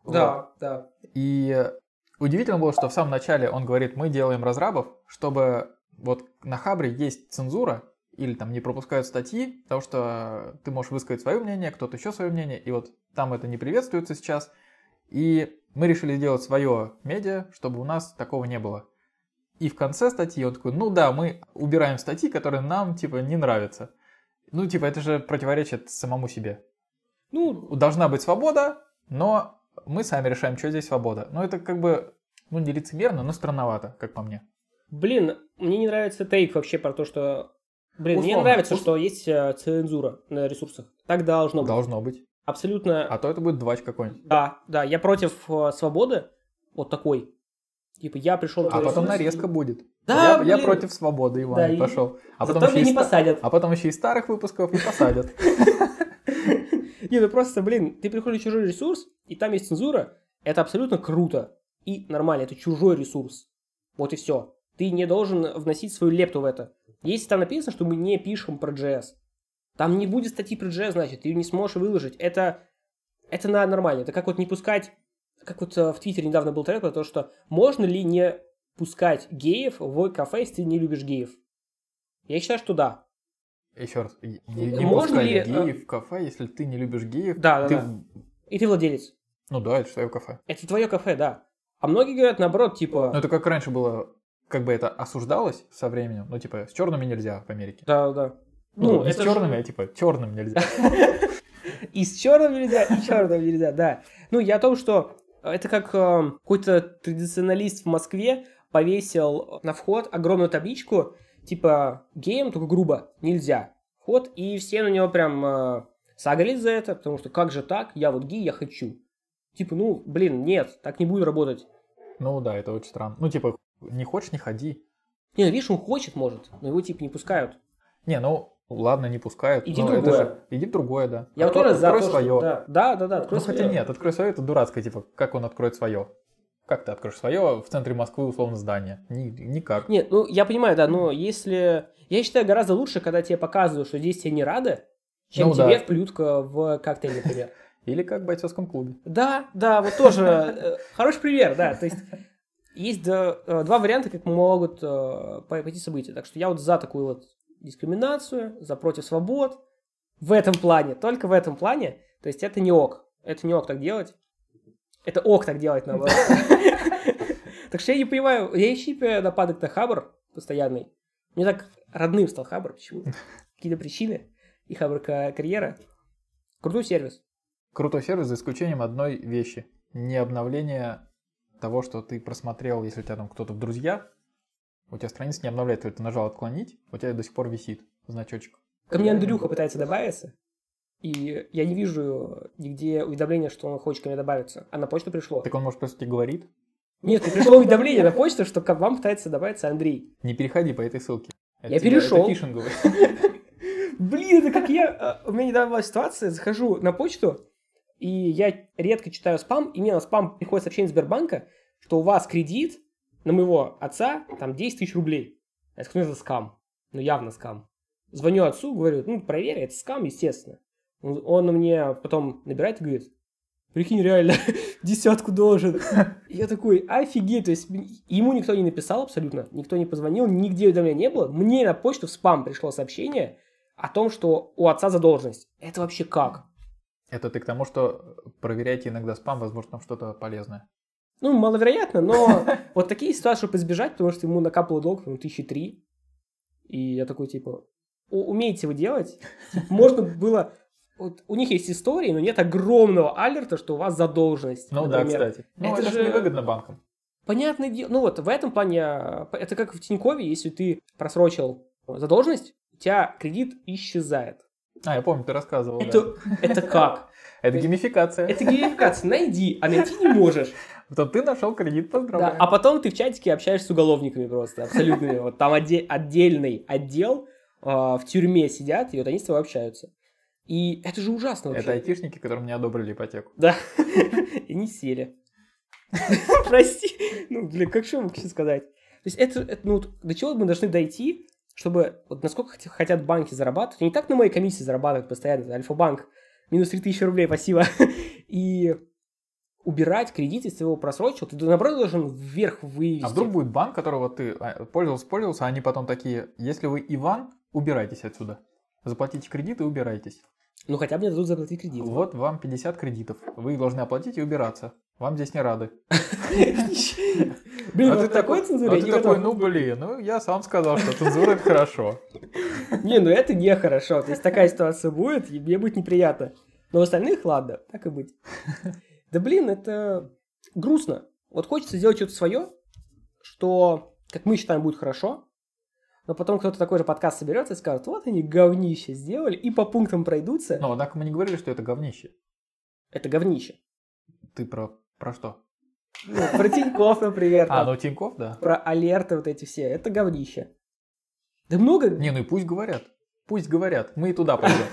Speaker 1: Да,
Speaker 2: Вот.
Speaker 1: да.
Speaker 2: И удивительно было, что в самом начале он говорит, мы делаем разрабов, чтобы вот на Хабре есть цензура, или там не пропускают статьи, потому что ты можешь высказать свое мнение, кто-то еще свое мнение, и вот там это не приветствуется сейчас. И мы решили сделать свое медиа, чтобы у нас такого не было. И в конце статьи он такой, ну да, мы убираем статьи, которые нам, типа, не нравятся. Ну, типа, это же противоречит самому себе.
Speaker 1: Ну,
Speaker 2: Должна быть свобода, но мы сами решаем, что здесь свобода. Ну, это как бы, ну, не лицемерно, но странновато, как по мне.
Speaker 1: блин, мне не нравится тейк вообще про то, что... Блин, мне
Speaker 2: Условно,
Speaker 1: нравится,
Speaker 2: ус-
Speaker 1: что есть э, цензура на ресурсах. Так должно быть.
Speaker 2: Должно быть.
Speaker 1: Абсолютно.
Speaker 2: А то это будет двач какой-нибудь.
Speaker 1: Да, да, я против э, свободы, вот такой. Типа, я пришел...
Speaker 2: А потом нарезка будет.
Speaker 1: Да,
Speaker 2: я, я
Speaker 1: блин.
Speaker 2: против свободы, Иван,
Speaker 1: Да, и-
Speaker 2: пошел. А
Speaker 1: Зато
Speaker 2: потом, еще
Speaker 1: меня
Speaker 2: и
Speaker 1: не
Speaker 2: ста-
Speaker 1: посадят.
Speaker 2: а потом еще и старых выпусков и посадят.
Speaker 1: Не, ну просто, блин, ты приходишь в чужой ресурс, и там есть цензура, это абсолютно круто. И нормально, это чужой ресурс. Вот и все. Ты не должен вносить свою лепту в это. Если там написано, что мы не пишем про джей эс, там не будет статьи про джей эс, значит, ты ее не сможешь выложить. Это, это на- нормально. Это как вот не пускать, как вот э, в Твиттере недавно был трек про то, что можно ли не пускать геев в кафе, если ты не любишь геев. Я считаю, что да.
Speaker 2: Еще раз, не, не
Speaker 1: Можно
Speaker 2: пускай
Speaker 1: ли,
Speaker 2: геев в кафе, если ты не любишь геев.
Speaker 1: Да, да,
Speaker 2: ты-
Speaker 1: да. И ты владелец.
Speaker 2: Ну да, это твое кафе.
Speaker 1: Это твое кафе, да. А многие говорят наоборот, типа...
Speaker 2: Ну это как раньше было, как бы это осуждалось со временем. Ну типа, с черными нельзя в Америке.
Speaker 1: Да, да.
Speaker 2: Ну, не с
Speaker 1: это
Speaker 2: черными,
Speaker 1: же-
Speaker 2: а типа, черным нельзя.
Speaker 1: И с черным нельзя, и черным нельзя, да. Ну, я о том, что это как э, какой-то традиционалист в Москве повесил на вход огромную табличку, типа, геям, только грубо, нельзя. Вход, и все на него прям э, сагрились за это, потому что как же так, я вот гей, я хочу. Типа, ну, блин, нет, так не будет работать.
Speaker 2: Ну да, это очень странно. Ну типа, не хочешь, не ходи.
Speaker 1: Не, ну, видишь, он хочет, может, но его, типа, не пускают.
Speaker 2: Не, ну ладно, не пускают.
Speaker 1: Иди
Speaker 2: но
Speaker 1: в
Speaker 2: это
Speaker 1: другое.
Speaker 2: же- Иди в другое, да.
Speaker 1: Я вот
Speaker 2: Открой-
Speaker 1: тоже за
Speaker 2: открой
Speaker 1: то, что-
Speaker 2: свое.
Speaker 1: Да, да, да, да, открой
Speaker 2: Ну хотя
Speaker 1: свое.
Speaker 2: нет, открой свое, это дурацкое, типа, как он откроет свое? Как ты откроешь свое в центре Москвы, условно, здание? Ни- никак.
Speaker 1: Нет, ну я понимаю, да, но если... Я считаю, гораздо лучше, когда тебе показывают, что здесь тебе не рады, чем
Speaker 2: Ну
Speaker 1: тебе
Speaker 2: да.
Speaker 1: вплют в коктейль, например.
Speaker 2: Или как в бойцовском клубе.
Speaker 1: Да, да, вот тоже э, хороший пример, да. То есть есть да, э, два варианта, как могут э, пойти события. Так что я вот за такую вот дискриминацию, за против свобод. В этом плане, только в этом плане. То есть это не ок. Это не ок так делать. Это ок так делать, наоборот. Так что я не понимаю, я ищу нападок на Хабр постоянный. Мне так родным стал Хабр почему-то. Какие-то причины. И Хабр карьера. Крутой сервис.
Speaker 2: Крутой сервис за исключением одной вещи. Не обновление того, что ты просмотрел, если у тебя там кто-то в друзьях, у тебя страница не обновляется, ты нажал отклонить, у тебя до сих пор висит значочек.
Speaker 1: Ко мне Андрюха пытается добавиться, и я не вижу нигде уведомления, что он хочет ко мне добавиться. А на почту пришло.
Speaker 2: Так он, может, просто тебе говорит,
Speaker 1: Нет, пришло уведомление на почту, что к вам пытается добавиться Андрей.
Speaker 2: не переходи по этой ссылке. Это
Speaker 1: Я
Speaker 2: тебя-
Speaker 1: перешел.
Speaker 2: Это фишинговый.
Speaker 1: Блин, это как я... э, У меня недавно была ситуация, захожу на почту, и я редко читаю спам, и мне на спам приходит сообщение Сбербанка, что у вас кредит на моего отца там десять тысяч рублей. Я сказал, ну это скам. Ну явно скам. Звоню отцу, говорю, ну проверь, это скам, естественно. Он, он мне потом набирает и говорит, прикинь, реально, десятку должен. И я такой, офигеть, то есть ему никто не написал абсолютно, никто не позвонил, нигде уведомления не было. Мне на почту в спам пришло сообщение о том, что у отца задолженность. Это вообще как?
Speaker 2: Это ты к тому, что проверяйте иногда спам, возможно, там что-то полезное.
Speaker 1: Ну, маловероятно, но вот такие ситуации, чтобы избежать, потому что ему накапало долг, ну, тысячи три. И я такой, типа, «У- умеете вы делать? Типа, можно было... Вот у них есть истории, но нет огромного алерта, что у вас задолженность.
Speaker 2: Ну да,
Speaker 1: например.
Speaker 2: кстати. Ну
Speaker 1: Это
Speaker 2: это,
Speaker 1: же-
Speaker 2: же невыгодно банкам.
Speaker 1: Понятное дело. Ну вот, в этом плане, э, это как в Тинькове, если ты просрочил задолженность, у тебя кредит исчезает.
Speaker 2: А, я помню, ты рассказывал. да.
Speaker 1: Это, это как?
Speaker 2: Это геймификация.
Speaker 1: Это геймификация. Найди, а найти не можешь.
Speaker 2: Вот ты нашел кредит,
Speaker 1: Да,
Speaker 2: поздравляю.
Speaker 1: а потом ты в чатике общаешься с уголовниками просто, абсолютно. Вот там оде- отдельный отдел э, в тюрьме сидят, и вот они с тобой общаются. И это же ужасно вообще.
Speaker 2: Это айтишники, которым не одобрили ипотеку.
Speaker 1: Да, и не сели. Прости. Ну, блин, как что вообще сказать? То есть это, это, ну, вот до чего мы должны дойти, чтобы, вот насколько хот- хотят банки зарабатывать, они и так на моей комиссии зарабатывают постоянно, Альфа-банк, минус три тысячи рублей, спасибо. И убирать кредит, если ты его просрочил, ты наоборот должен вверх вывести.
Speaker 2: А вдруг будет банк, которого ты пользовался, пользовался, а они потом такие, если вы Иван, убирайтесь отсюда. Заплатите кредит и убирайтесь.
Speaker 1: Ну хотя бы мне дадут заплатить кредит.
Speaker 2: Вот вам пятьдесят кредитов. Вы их должны оплатить и убираться. Вам здесь не рады.
Speaker 1: Блин, а ты такой цензуре?
Speaker 2: А ты такой, ну блин, ну я сам сказал, что цензура это хорошо.
Speaker 1: Не, ну это не хорошо. Если такая ситуация будет, мне будет неприятно. Но у остальных, ладно, так и быть. Да блин, это грустно. Вот хочется сделать что-то свое, что, как мы считаем, будет хорошо, но потом кто-то такой же подкаст соберется и скажет, вот они говнище сделали, и по пунктам пройдутся.
Speaker 2: Но, однако, мы не говорили, что это говнище.
Speaker 1: Это говнище.
Speaker 2: Ты про, про что?
Speaker 1: Ну, про Тинькофф, например.
Speaker 2: А, ну Тинькофф, да.
Speaker 1: Про алерты вот эти все. Это говнище. Да много...
Speaker 2: Не, ну и пусть говорят. Пусть говорят. Мы и туда пойдем.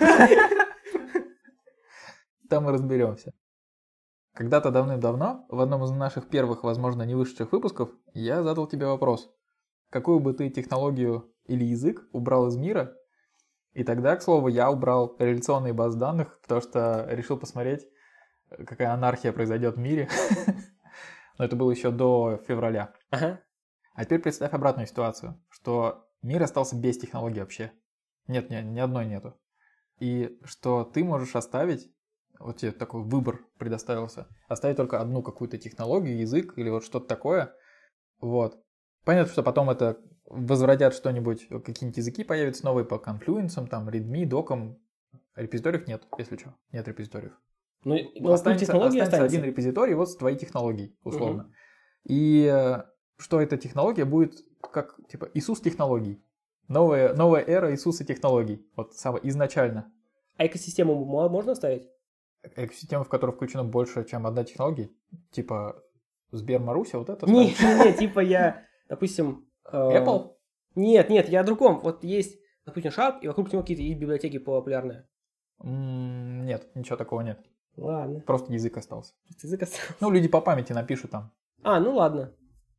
Speaker 2: Там и разберемся. Когда-то давным-давно, в одном из наших первых, возможно, не вышедших выпусков, я задал тебе вопрос. Какую бы ты технологию или язык убрал из мира? И тогда, к слову, я убрал корреляционные базы данных, потому что решил посмотреть, какая анархия произойдет в мире. Но это было еще до февраля.
Speaker 1: Ага.
Speaker 2: А теперь представь обратную ситуацию, что мир остался без технологий вообще. Нет, ни, ни одной нету. И что ты можешь оставить, вот тебе такой выбор предоставился, оставить только одну какую-то технологию, язык или вот что-то такое. Вот. Понятно, что потом это возвратят что-нибудь, какие-нибудь языки появятся новые по конфлюенсам, там, редми, докам. Репозиториев нет, если что. Нет репозиториев.
Speaker 1: Ну, ну
Speaker 2: останется,
Speaker 1: технология
Speaker 2: останется
Speaker 1: останется.
Speaker 2: один репозиторий вот с твоей технологией, условно.
Speaker 1: Угу.
Speaker 2: И э, что эта технология будет как, типа, Иисус технологий. Новая, новая эра Иисуса технологий. Вот самое изначально.
Speaker 1: А экосистему можно оставить?
Speaker 2: Экосистема, в которой включено больше, чем одна технология. Типа Сбер, Маруся, вот это?
Speaker 1: Не, не, не, типа я, допустим... Э,
Speaker 2: Apple?
Speaker 1: Нет, нет, я о другом. Вот есть, допустим, Sharp, и вокруг него какие-то есть библиотеки популярные.
Speaker 2: М-м, нет, ничего такого нет.
Speaker 1: Ладно.
Speaker 2: Просто язык остался.
Speaker 1: Просто язык остался.
Speaker 2: Ну, люди по памяти напишут там.
Speaker 1: А, ну ладно.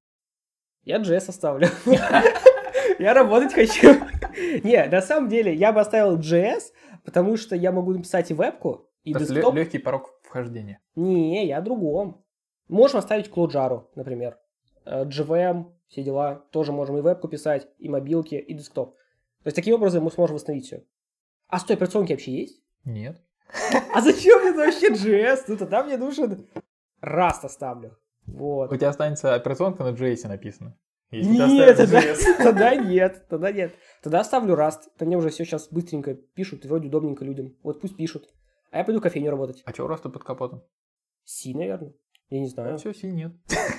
Speaker 1: Я джей эс оставлю. Я работать хочу. Не, на самом деле, я бы оставил джей эс, потому что я могу написать и вебку, и десктоп.
Speaker 2: Легкий порог вхождения.
Speaker 1: Не, я о другом. Можем оставить Cloudjarу, например. джи ви эм, все дела. Тоже можем и вебку писать, и мобилки, и десктоп. То есть, таким образом мы сможем восстановить все. А стой, операционки вообще есть?
Speaker 2: Нет.
Speaker 1: А зачем мне вообще джей эс? Ну, тогда мне нужен Rust оставлю. Вот.
Speaker 2: У тебя останется операционка на джей эс написано.
Speaker 1: Нет, тогда, тогда нет, тогда нет. Тогда оставлю Rust. То мне уже все сейчас быстренько пишут, и вроде удобненько людям. Вот пусть пишут. А я пойду в кофейню работать.
Speaker 2: А что у Rust под капотом?
Speaker 1: C, наверное. Я не знаю.
Speaker 2: Все, C нет.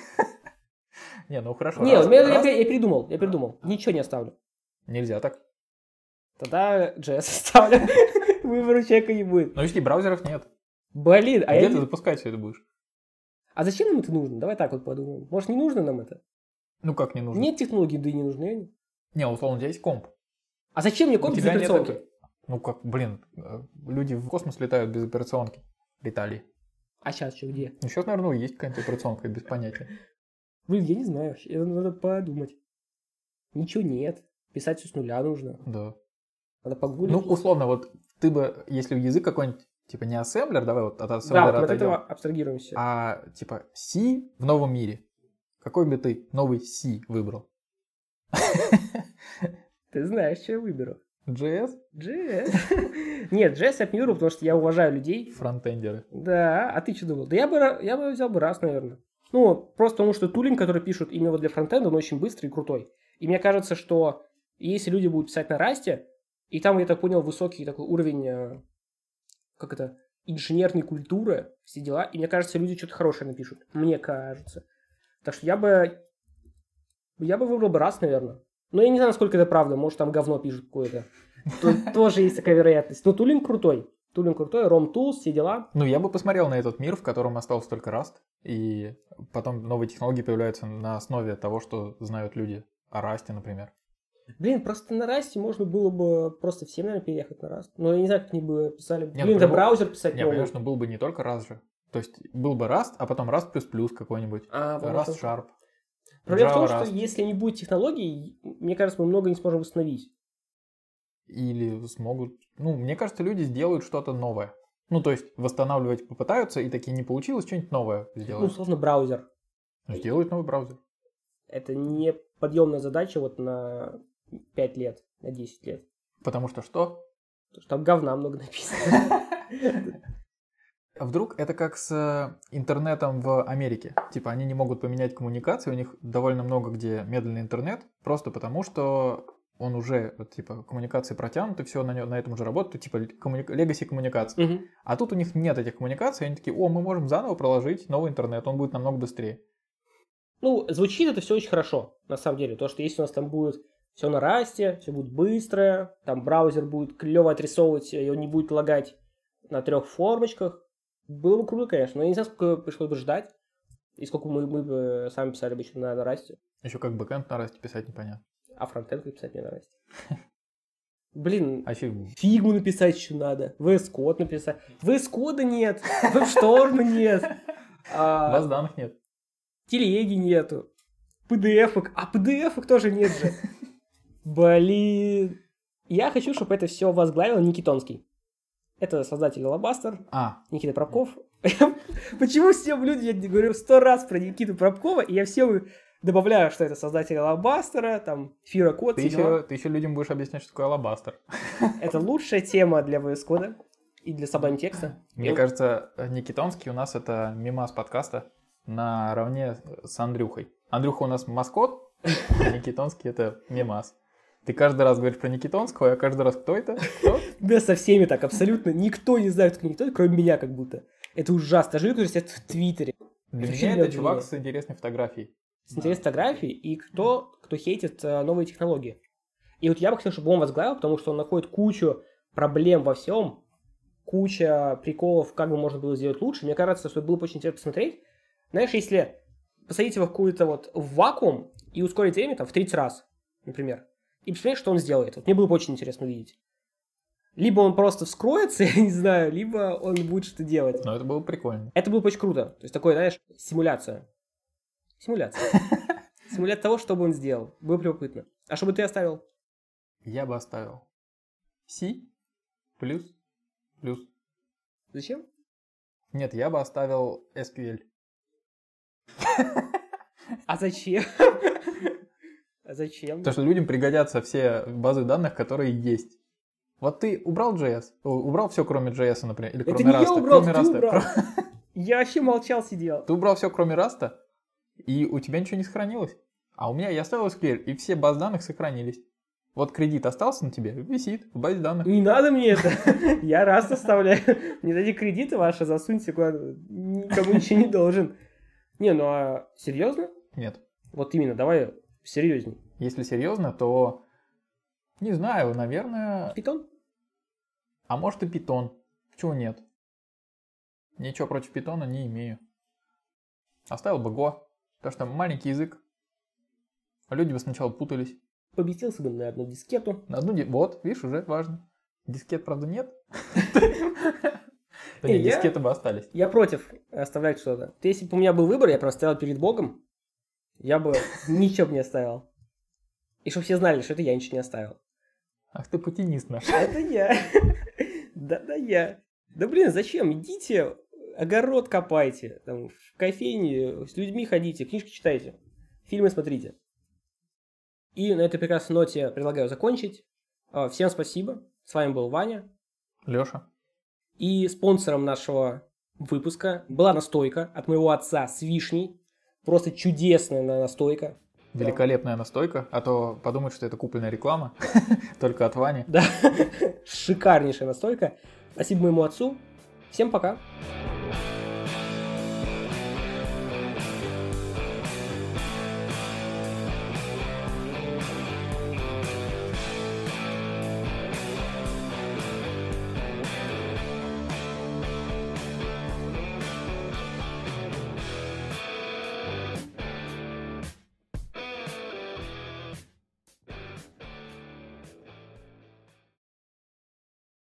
Speaker 2: Не, ну хорошо.
Speaker 1: Не, я передумал, я передумал. Ничего не оставлю.
Speaker 2: Нельзя так.
Speaker 1: Тогда джей эс оставлю. Выбора у человека не будет.
Speaker 2: Но если браузеров нет.
Speaker 1: Блин, а
Speaker 2: где
Speaker 1: я...
Speaker 2: ты запускать все это будешь?
Speaker 1: А зачем нам это нужно? Давай так вот подумаем. Может, не нужно нам это?
Speaker 2: Ну как не нужно?
Speaker 1: Нет технологий, да и не нужны.
Speaker 2: Не, условно, у тебя есть комп.
Speaker 1: А зачем мне комп без операционки?
Speaker 2: Нет... Ну как, блин, люди в космос летают без операционки. Летали.
Speaker 1: А сейчас что, где?
Speaker 2: Ну сейчас, наверное, есть какая-нибудь операционка, без понятия.
Speaker 1: Блин, я не знаю. Надо подумать. Ничего нет. Писать все с нуля нужно.
Speaker 2: Да.
Speaker 1: Надо погуглить.
Speaker 2: Ну, условно, вот ты бы, если язык какой-нибудь, типа не ассемблер, давай вот от ассемблера
Speaker 1: да, вот
Speaker 2: отойдем,
Speaker 1: от этого абстрагируемся.
Speaker 2: А типа C в новом мире. Какой бы ты новый C выбрал?
Speaker 1: Ты знаешь, что я выберу.
Speaker 2: джей эс?
Speaker 1: джей эс. Нет, джей эс я не выберу, потому что я уважаю людей.
Speaker 2: Фронтендеры.
Speaker 1: Да, а ты что думал? Да я бы, я бы взял бы Rust, наверное. Ну, просто потому что тулинг, который пишут именно вот для фронтенда, он очень быстрый и крутой. И мне кажется, что если люди будут писать на Rust, и там, я так понял, высокий такой уровень, как это, инженерной культуры, все дела, и мне кажется, люди что-то хорошее напишут. Мне кажется. Так что я бы, я бы выбрал бы Rust, наверное. Но я не знаю, насколько это правда, может там говно пишут какое-то. Тут тоже есть такая вероятность. Но тулинг крутой. Тулинг крутой, ром тулс, все дела.
Speaker 2: Ну, я бы посмотрел на этот мир, в котором остался только Rust, и потом новые технологии появляются на основе того, что знают люди о Rust, например.
Speaker 1: Блин, просто на Rust можно было бы просто всем, наверное, переехать на Rust. Но я не знаю, как они бы писали.
Speaker 2: Нет,
Speaker 1: Блин, да браузер писать
Speaker 2: Нет, конечно, был бы не только Rust же. То есть был бы Rust, а потом Rust++ какой-нибудь.
Speaker 1: А,
Speaker 2: Rust Sharp.
Speaker 1: Проблема в том,
Speaker 2: Rust.
Speaker 1: что если не будет технологий, мне кажется, мы много не сможем восстановить.
Speaker 2: Или смогут... Ну, мне кажется, люди сделают что-то новое. Ну, то есть восстанавливать попытаются, и такие не получилось, что-нибудь новое
Speaker 1: Ну,
Speaker 2: сделают.
Speaker 1: условно, браузер.
Speaker 2: Сделают новый браузер.
Speaker 1: Это не подъемная задача вот на пять лет, на десять лет.
Speaker 2: Потому что что?
Speaker 1: Потому что там говна много написано.
Speaker 2: А вдруг это как с интернетом в Америке? Типа они не могут поменять коммуникации, у них довольно много где медленный интернет, просто потому что он уже, вот, типа, коммуникации протянуты, все на, нё- на этом уже работает, типа легаси коммуникаций.
Speaker 1: Мгм.
Speaker 2: А тут у них нет этих коммуникаций, они такие, о, мы можем заново проложить новый интернет, он будет намного быстрее.
Speaker 1: Ну, звучит это все очень хорошо, на самом деле. То, что если у нас там будет все на расте, все будет быстро, там браузер будет клево отрисовывать, и он не будет лагать на трех формочках, было бы круто, конечно. Но я не знаю, сколько пришлось бы ждать, и сколько мы, мы бы сами писали бы еще на, на расте,
Speaker 2: Еще как бэкэнд на расте писать непонятно.
Speaker 1: а фронтенд писать не на расте. Блин,
Speaker 2: А еще
Speaker 1: фигму написать еще надо, ви эс Code написать. ви эс Code нет, WebStorm нет, а,
Speaker 2: баз данных нет.
Speaker 1: телеги нету, пи ди эф-ок, а пи ди эф-ок тоже нет же. Блин. Я хочу, чтобы это все возглавил Никитонский. Это создатель Alabaster,
Speaker 2: А,
Speaker 1: Никита Пробков. Почему всем люди, я говорю сто раз про Никиту Пробкова, и я всем добавляю, что это создатель Alabaster, там, Фира Код.
Speaker 2: ты еще, ты еще людям будешь объяснять, что такое Alabaster.
Speaker 1: Это лучшая тема для ви эс Code и для создания текста.
Speaker 2: Мне
Speaker 1: И-
Speaker 2: кажется, Никитонский у нас это мимас подкаста наравне с Андрюхой. Андрюха у нас маскот, а Никитонский это мимас. Ты каждый раз говоришь про Никитонского, а каждый раз кто это? Кто?
Speaker 1: Да, со всеми так, абсолютно. Никто не знает, кто никто, кроме меня как будто. Это ужасно. Даже люди, которые сидят в Твиттере.
Speaker 2: Для
Speaker 1: Это
Speaker 2: меня
Speaker 1: сильное
Speaker 2: это чувак
Speaker 1: обвинение.
Speaker 2: с интересной фотографией.
Speaker 1: С интересной фотографией, и кто, кто хейтит э, новые технологии. И вот я бы хотел, чтобы он возглавил, потому что он находит кучу проблем во всем, куча приколов, как бы можно было сделать лучше. Мне кажется, что это было бы очень интересно посмотреть. Знаешь, если посадить его в какую-то вот в вакуум и ускорить время там в тридцать раз, например, и посмотреть, что он сделает. Вот мне было бы очень интересно увидеть. Либо он просто вскроется, я не знаю, либо он будет что-то делать.
Speaker 2: Но это было прикольно.
Speaker 1: Это было бы очень круто. То есть такое, знаешь, симуляция. Симуляция. Симуляция того, что бы он сделал. Было бы любопытно. А что бы ты оставил?
Speaker 2: Я бы оставил C плюс плюс.
Speaker 1: Зачем?
Speaker 2: Нет, я бы оставил эс кью эль.
Speaker 1: А зачем? А зачем?
Speaker 2: Потому что людям пригодятся все базы данных, которые есть. Вот ты убрал джей эс, о, убрал все, кроме джей эс, например, или
Speaker 1: Это
Speaker 2: кроме
Speaker 1: не я
Speaker 2: Rust,
Speaker 1: убрал,
Speaker 2: кроме
Speaker 1: ты
Speaker 2: Rust.
Speaker 1: убрал.
Speaker 2: Кро-
Speaker 1: Я вообще молчал, сидел.
Speaker 2: Ты убрал все, кроме Rust, и у тебя ничего не сохранилось. А у меня я оставил эс кью эль, и все базы данных сохранились. Вот кредит остался на тебе, висит в базе данных.
Speaker 1: Не надо мне это. Я раз оставляю. Мне эти кредиты ваши засуньте куда-то. Никому ничего не должен. Не, ну а серьезно?
Speaker 2: Нет.
Speaker 1: Вот именно, давай серьезней.
Speaker 2: Если серьезно, то не знаю, наверное,
Speaker 1: Питон?
Speaker 2: а может и Python. Чего нет? Ничего против Python не имею. Оставил бы Go, потому что маленький язык. А люди бы сначала путались.
Speaker 1: Побестился бы на одну дискету.
Speaker 2: На одну ди- Вот, видишь, уже важно. Дискет, правда, нет. Да
Speaker 1: Не,
Speaker 2: нет,
Speaker 1: я-
Speaker 2: дискеты бы остались.
Speaker 1: Я против оставлять что-то. Ты, если бы у меня был выбор, я просто стоял перед Богом, я бы ничего бы не оставил. И чтобы все знали, что это я ничего не оставил.
Speaker 2: Ах ты путинист наш.
Speaker 1: Это я. Да-да я. Да блин, зачем? Идите, огород копайте, там, в кофейне с людьми ходите, книжки читайте, фильмы смотрите. И на этой прекрасной ноте предлагаю закончить. А, Всем спасибо. С вами был Ваня.
Speaker 2: Леша.
Speaker 1: И спонсором нашего выпуска была настойка от моего отца с вишней. Просто чудесная настойка.
Speaker 2: Великолепная настойка, а то подумают, что это купленная реклама, только от Вани.
Speaker 1: Да, шикарнейшая настойка. Спасибо моему отцу. Всем пока.